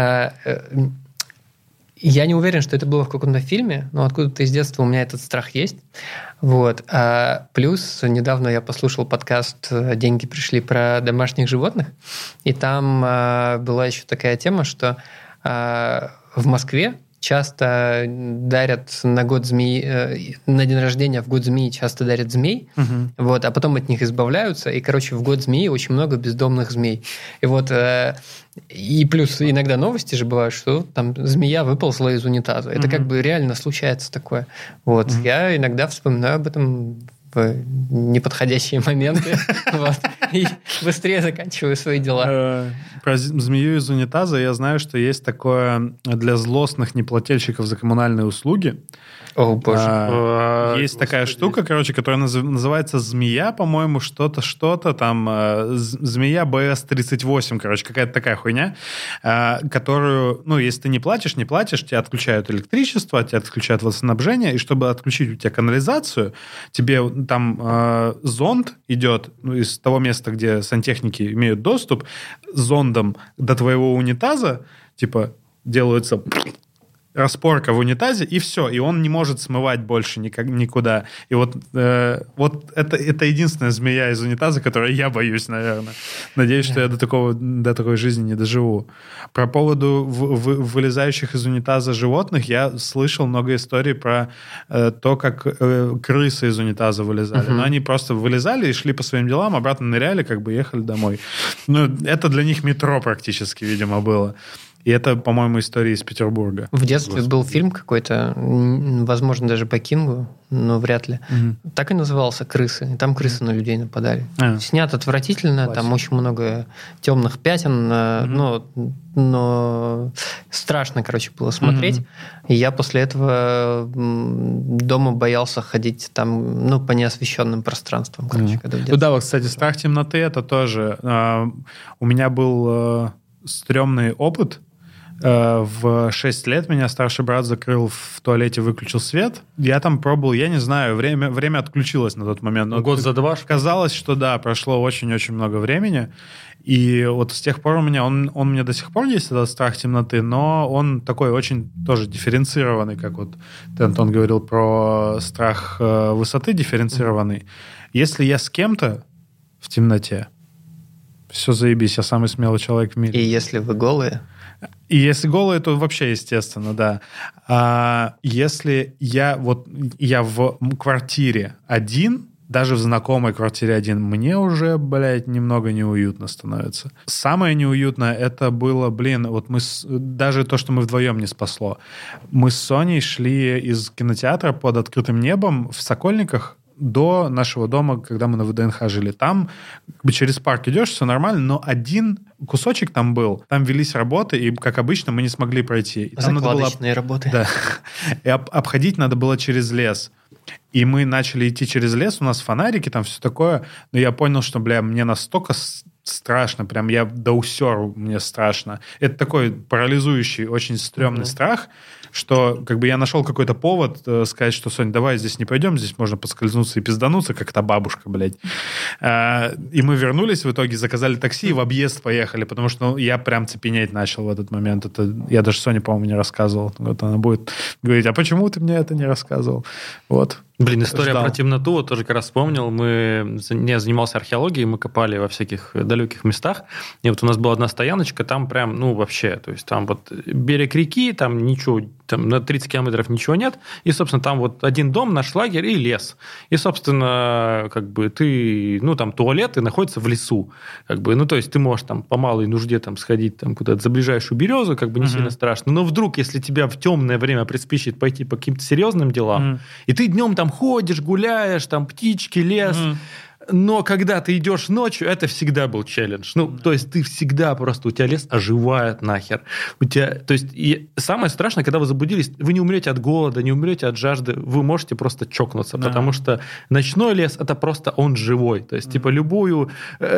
Я не уверен, что это было в каком-то фильме, но откуда-то из детства у меня этот страх есть. Вот. Плюс недавно я послушал подкаст «Деньги пришли» про домашних животных, и там была еще такая тема, что в Москве часто дарят на год змеи, на день рождения в год змеи часто дарят змей, вот, а потом от них избавляются, и, короче, в год змеи очень много бездомных змей. И вот, и плюс иногда новости же бывают, что там змея выползла из унитаза. Это как бы реально случается такое. Вот, я иногда вспоминаю об этом в неподходящие моменты, вот, и быстрее заканчиваю свои дела. Про змею из унитаза я знаю, что есть такое для злостных неплательщиков за коммунальные услуги. О, боже. Есть такая штука, короче, которая называется змея, по-моему, что-то там, змея БС-38, короче, какая-то такая хуйня, которую, ну, если ты не платишь, тебя отключают электричество, тебя отключают водоснабжение, и чтобы отключить у тебя канализацию, тебе там зонд идет, ну, из того места, где сантехники имеют доступ, зондом до твоего унитаза, типа, делаются распорка в унитазе, и все. И он не может смывать больше никуда. И вот это единственная змея из унитаза, которой я боюсь, наверное. Надеюсь, что я до такой жизни не доживу. Про поводу вылезающих из унитаза животных я слышал много историй про то, как крысы из унитаза вылезали. Но они просто вылезали и шли по своим делам, обратно ныряли, как бы ехали домой. Ну, это для них метро практически, видимо, было. И это, по-моему, история из Петербурга. В детстве был фильм какой-то, возможно, даже по Кингу, но вряд ли. Так и назывался «Крысы». И там крысы на людей нападали. Снят отвратительно, классно. Там очень много темных пятен, но страшно, короче, было смотреть. И я после этого дома боялся ходить там, ну, по неосвещенным пространствам. Короче, когда ну да, вот, кстати, страх темноты, это тоже... У меня был стрёмный опыт. В 6 лет меня старший брат закрыл в туалете, выключил свет. Я там пробовал, я не знаю, время отключилось на тот момент. Но год за два? Казалось, что да, прошло очень-очень много времени. И вот с тех пор у меня, он у меня до сих пор есть, этот страх темноты, но он такой очень тоже дифференцированный, как вот ты, Антон, говорил про страх высоты дифференцированный. Если я с кем-то в темноте, все заебись, я самый смелый человек в мире. И если вы голые? И если голые, то вообще естественно, да. А если я в квартире один, даже в знакомой квартире один, мне уже, блядь, немного неуютно становится. Самое неуютное это было, вот даже то, что мы вдвоем не спасло. Мы с Соней шли из кинотеатра под открытым небом в Сокольниках до нашего дома, когда мы на ВДНХ жили. Там через парк идешь, все нормально, но один кусочек там был. Там велись работы, и, как обычно, мы не смогли пройти. Закладочные работы. Да. И обходить надо было через лес. И мы начали идти через лес, у нас фонарики, там все такое. Но я понял, что, мне настолько страшно, прям я до усеру, мне страшно. Это такой парализующий, очень стрёмный страх, что как бы я нашел какой-то повод сказать, что, Соня, давай здесь не пойдем, здесь можно подскользнуться и пиздануться, как та бабушка, блядь. И мы вернулись в итоге, заказали такси и в объезд поехали, потому что я прям цепенеть начал в этот момент. Я даже Соне, по-моему, не рассказывал. Вот она будет говорить, а почему ты мне это не рассказывал? Вот. Блин, история про темноту, вот тоже как раз вспомнил. Я занимался археологией, мы копали во всяких далеких местах. И вот у нас была одна стояночка, там прям, вообще, то есть там вот берег реки, там ничего, там на 30 километров ничего нет. И, собственно, там вот один дом, наш лагерь и лес. И, собственно, как бы ты, там туалет и находится в лесу. Как бы, то есть ты можешь там по малой нужде там сходить там куда-то за ближайшую березу, как бы не сильно страшно. Но вдруг, если тебя в темное время приспичит пойти по каким-то серьезным делам, и ты днем там ходишь, гуляешь, там птички, лес, Но когда ты идешь ночью, это всегда был челлендж. Ну, то есть ты всегда просто, у тебя лес оживает нахер. У тебя, то есть и самое страшное, когда вы забудились, вы не умрете от голода, не умрете от жажды, вы можете просто чокнуться, потому что ночной лес, это просто он живой. То есть типа любую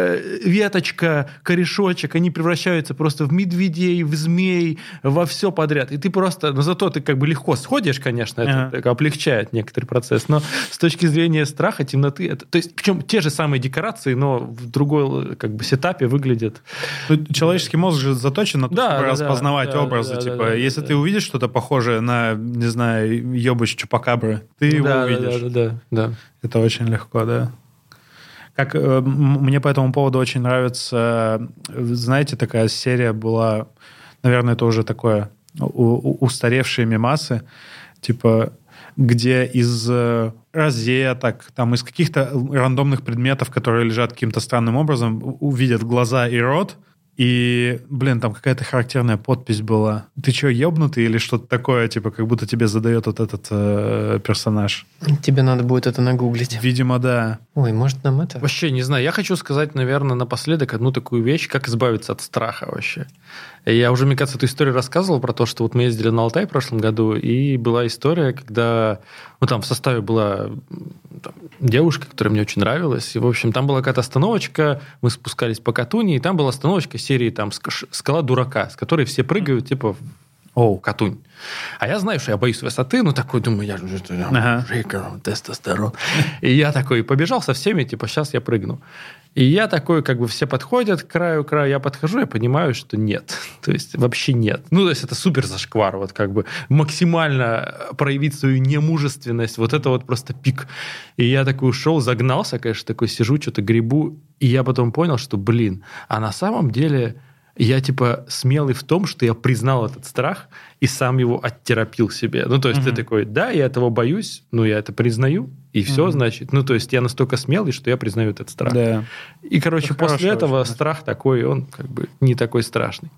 веточка, корешочек, они превращаются просто в медведей, в змей, во все подряд. И ты просто, но зато ты как бы легко сходишь, конечно, это так облегчает некоторый процесс, но с точки зрения страха, темноты, это, то есть причем те же самые декорации, но в другой как бы сетапе выглядят. Ну, человеческий мозг же заточен на то, чтобы распознавать образы. Если ты увидишь что-то похожее на, не знаю, ёбыч Чупакабры, ты его увидишь. Да. Это очень легко, да. Как мне по этому поводу очень нравится, знаете, такая серия была, наверное, это уже такое устаревшие мемасы, типа, где из розеток, там, из каких-то рандомных предметов, которые лежат каким-то странным образом, увидят глаза и рот, и, блин, там какая-то характерная подпись была. Ты что, ебнутый или что-то такое, типа, как будто тебе задает вот этот персонаж? Тебе надо будет это нагуглить. Видимо, да. Ой, может, нам это? Вообще, не знаю. Я хочу сказать, наверное, напоследок одну такую вещь, как избавиться от страха вообще. Я уже, мне кажется, эту историю рассказывал про то, что вот мы ездили на Алтай в прошлом году, и была история, когда... Ну, там в составе была девушка, которая мне очень нравилась, и, в общем, там была какая-то остановочка, мы спускались по Катуни, и там была остановочка серии там «Скала дурака», с которой все прыгают, типа... Катунь. А я знаю, что я боюсь высоты, ну такой, думаю, я же тестостерон. И я такой побежал со всеми, типа, сейчас я прыгну. И я такой, как бы все подходят к краю, я подхожу, я понимаю, что нет. То есть вообще нет. Ну, то есть это супер зашквар, вот как бы максимально проявить свою немужественность, вот это вот просто пик. И я такой ушел, загнался, конечно, такой сижу, что-то гребу, и я потом понял, что, блин, а на самом деле... Я, типа, смелый в том, что я признал этот страх и сам его оттерапил себе. Ну, то есть ты такой, да, я этого боюсь, но я это признаю, и все, значит. Ну, то есть я настолько смелый, что я признаю этот страх. Да. И, короче, после этого страх такой, он как бы не такой страшный.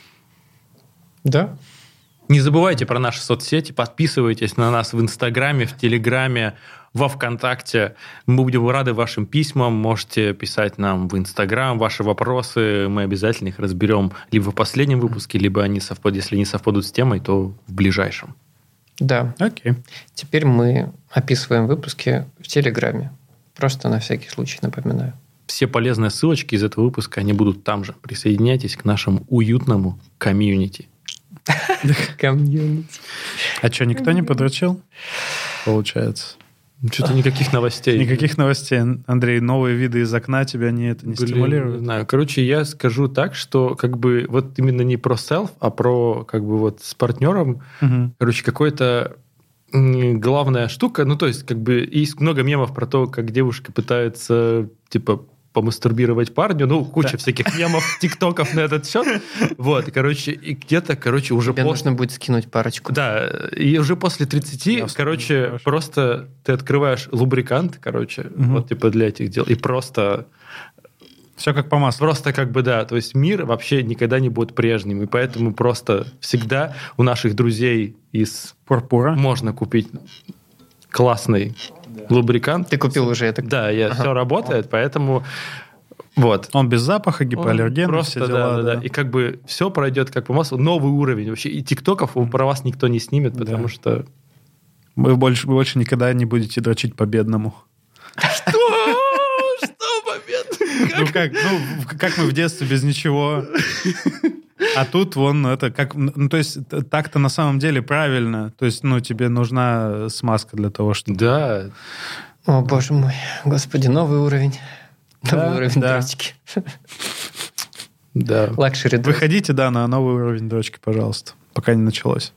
Да. Не забывайте про наши соцсети, подписывайтесь на нас в Инстаграме, в Телеграме, во ВКонтакте. Мы будем рады вашим письмам. Можете писать нам в Инстаграм ваши вопросы. Мы обязательно их разберем либо в последнем выпуске, либо они совпадут. Если не совпадут с темой, то в ближайшем. Да. Окей. Теперь мы описываем выпуски в Телеграме. Просто на всякий случай напоминаю. Все полезные ссылочки из этого выпуска, они будут там же. Присоединяйтесь к нашему уютному комьюнити. Комьюнити. А что, никто не подрочил? Получается. Что-то никаких новостей. Никаких новостей. Андрей, новые виды из окна тебя не стимулируют? Не знаю. Короче, я скажу так, что как бы вот именно не про селф, а про как бы вот с партнером. Короче, какой-то главная штука. Ну, то есть, как бы есть много мемов про то, как девушка пытается, типа, помастурбировать парню, ну, куча всяких мемов, тиктоков на этот счет. Вот, короче, и где-то, короче, уже Тебе нужно будет скинуть парочку. Да, и уже после 30, короче, просто ты открываешь лубрикант, короче, вот типа для этих дел, и просто... Все как по маслу. Просто как бы, да, то есть мир вообще никогда не будет прежним, и поэтому просто всегда у наших друзей из Пурпура можно купить классный лубрикант. Ты купил уже это? Да, все работает, поэтому вот. Он без запаха, гипоаллерген, просто, все дела. Да. И как бы все пройдет как по маслу. Новый уровень вообще. И тиктоков про вас никто не снимет, потому что... Вы больше никогда не будете дрочить по-бедному. Что? Что по-бедному? Как мы в детстве без ничего... А тут вон это как... Ну, то есть так-то на самом деле правильно. То есть, ну, тебе нужна смазка для того, чтобы... Да. О, боже мой. Господи, новый уровень. Новый уровень дрочки. Да. Лакшери дрочки. Выходите, да, на новый уровень дрочки, пожалуйста. Пока не началось.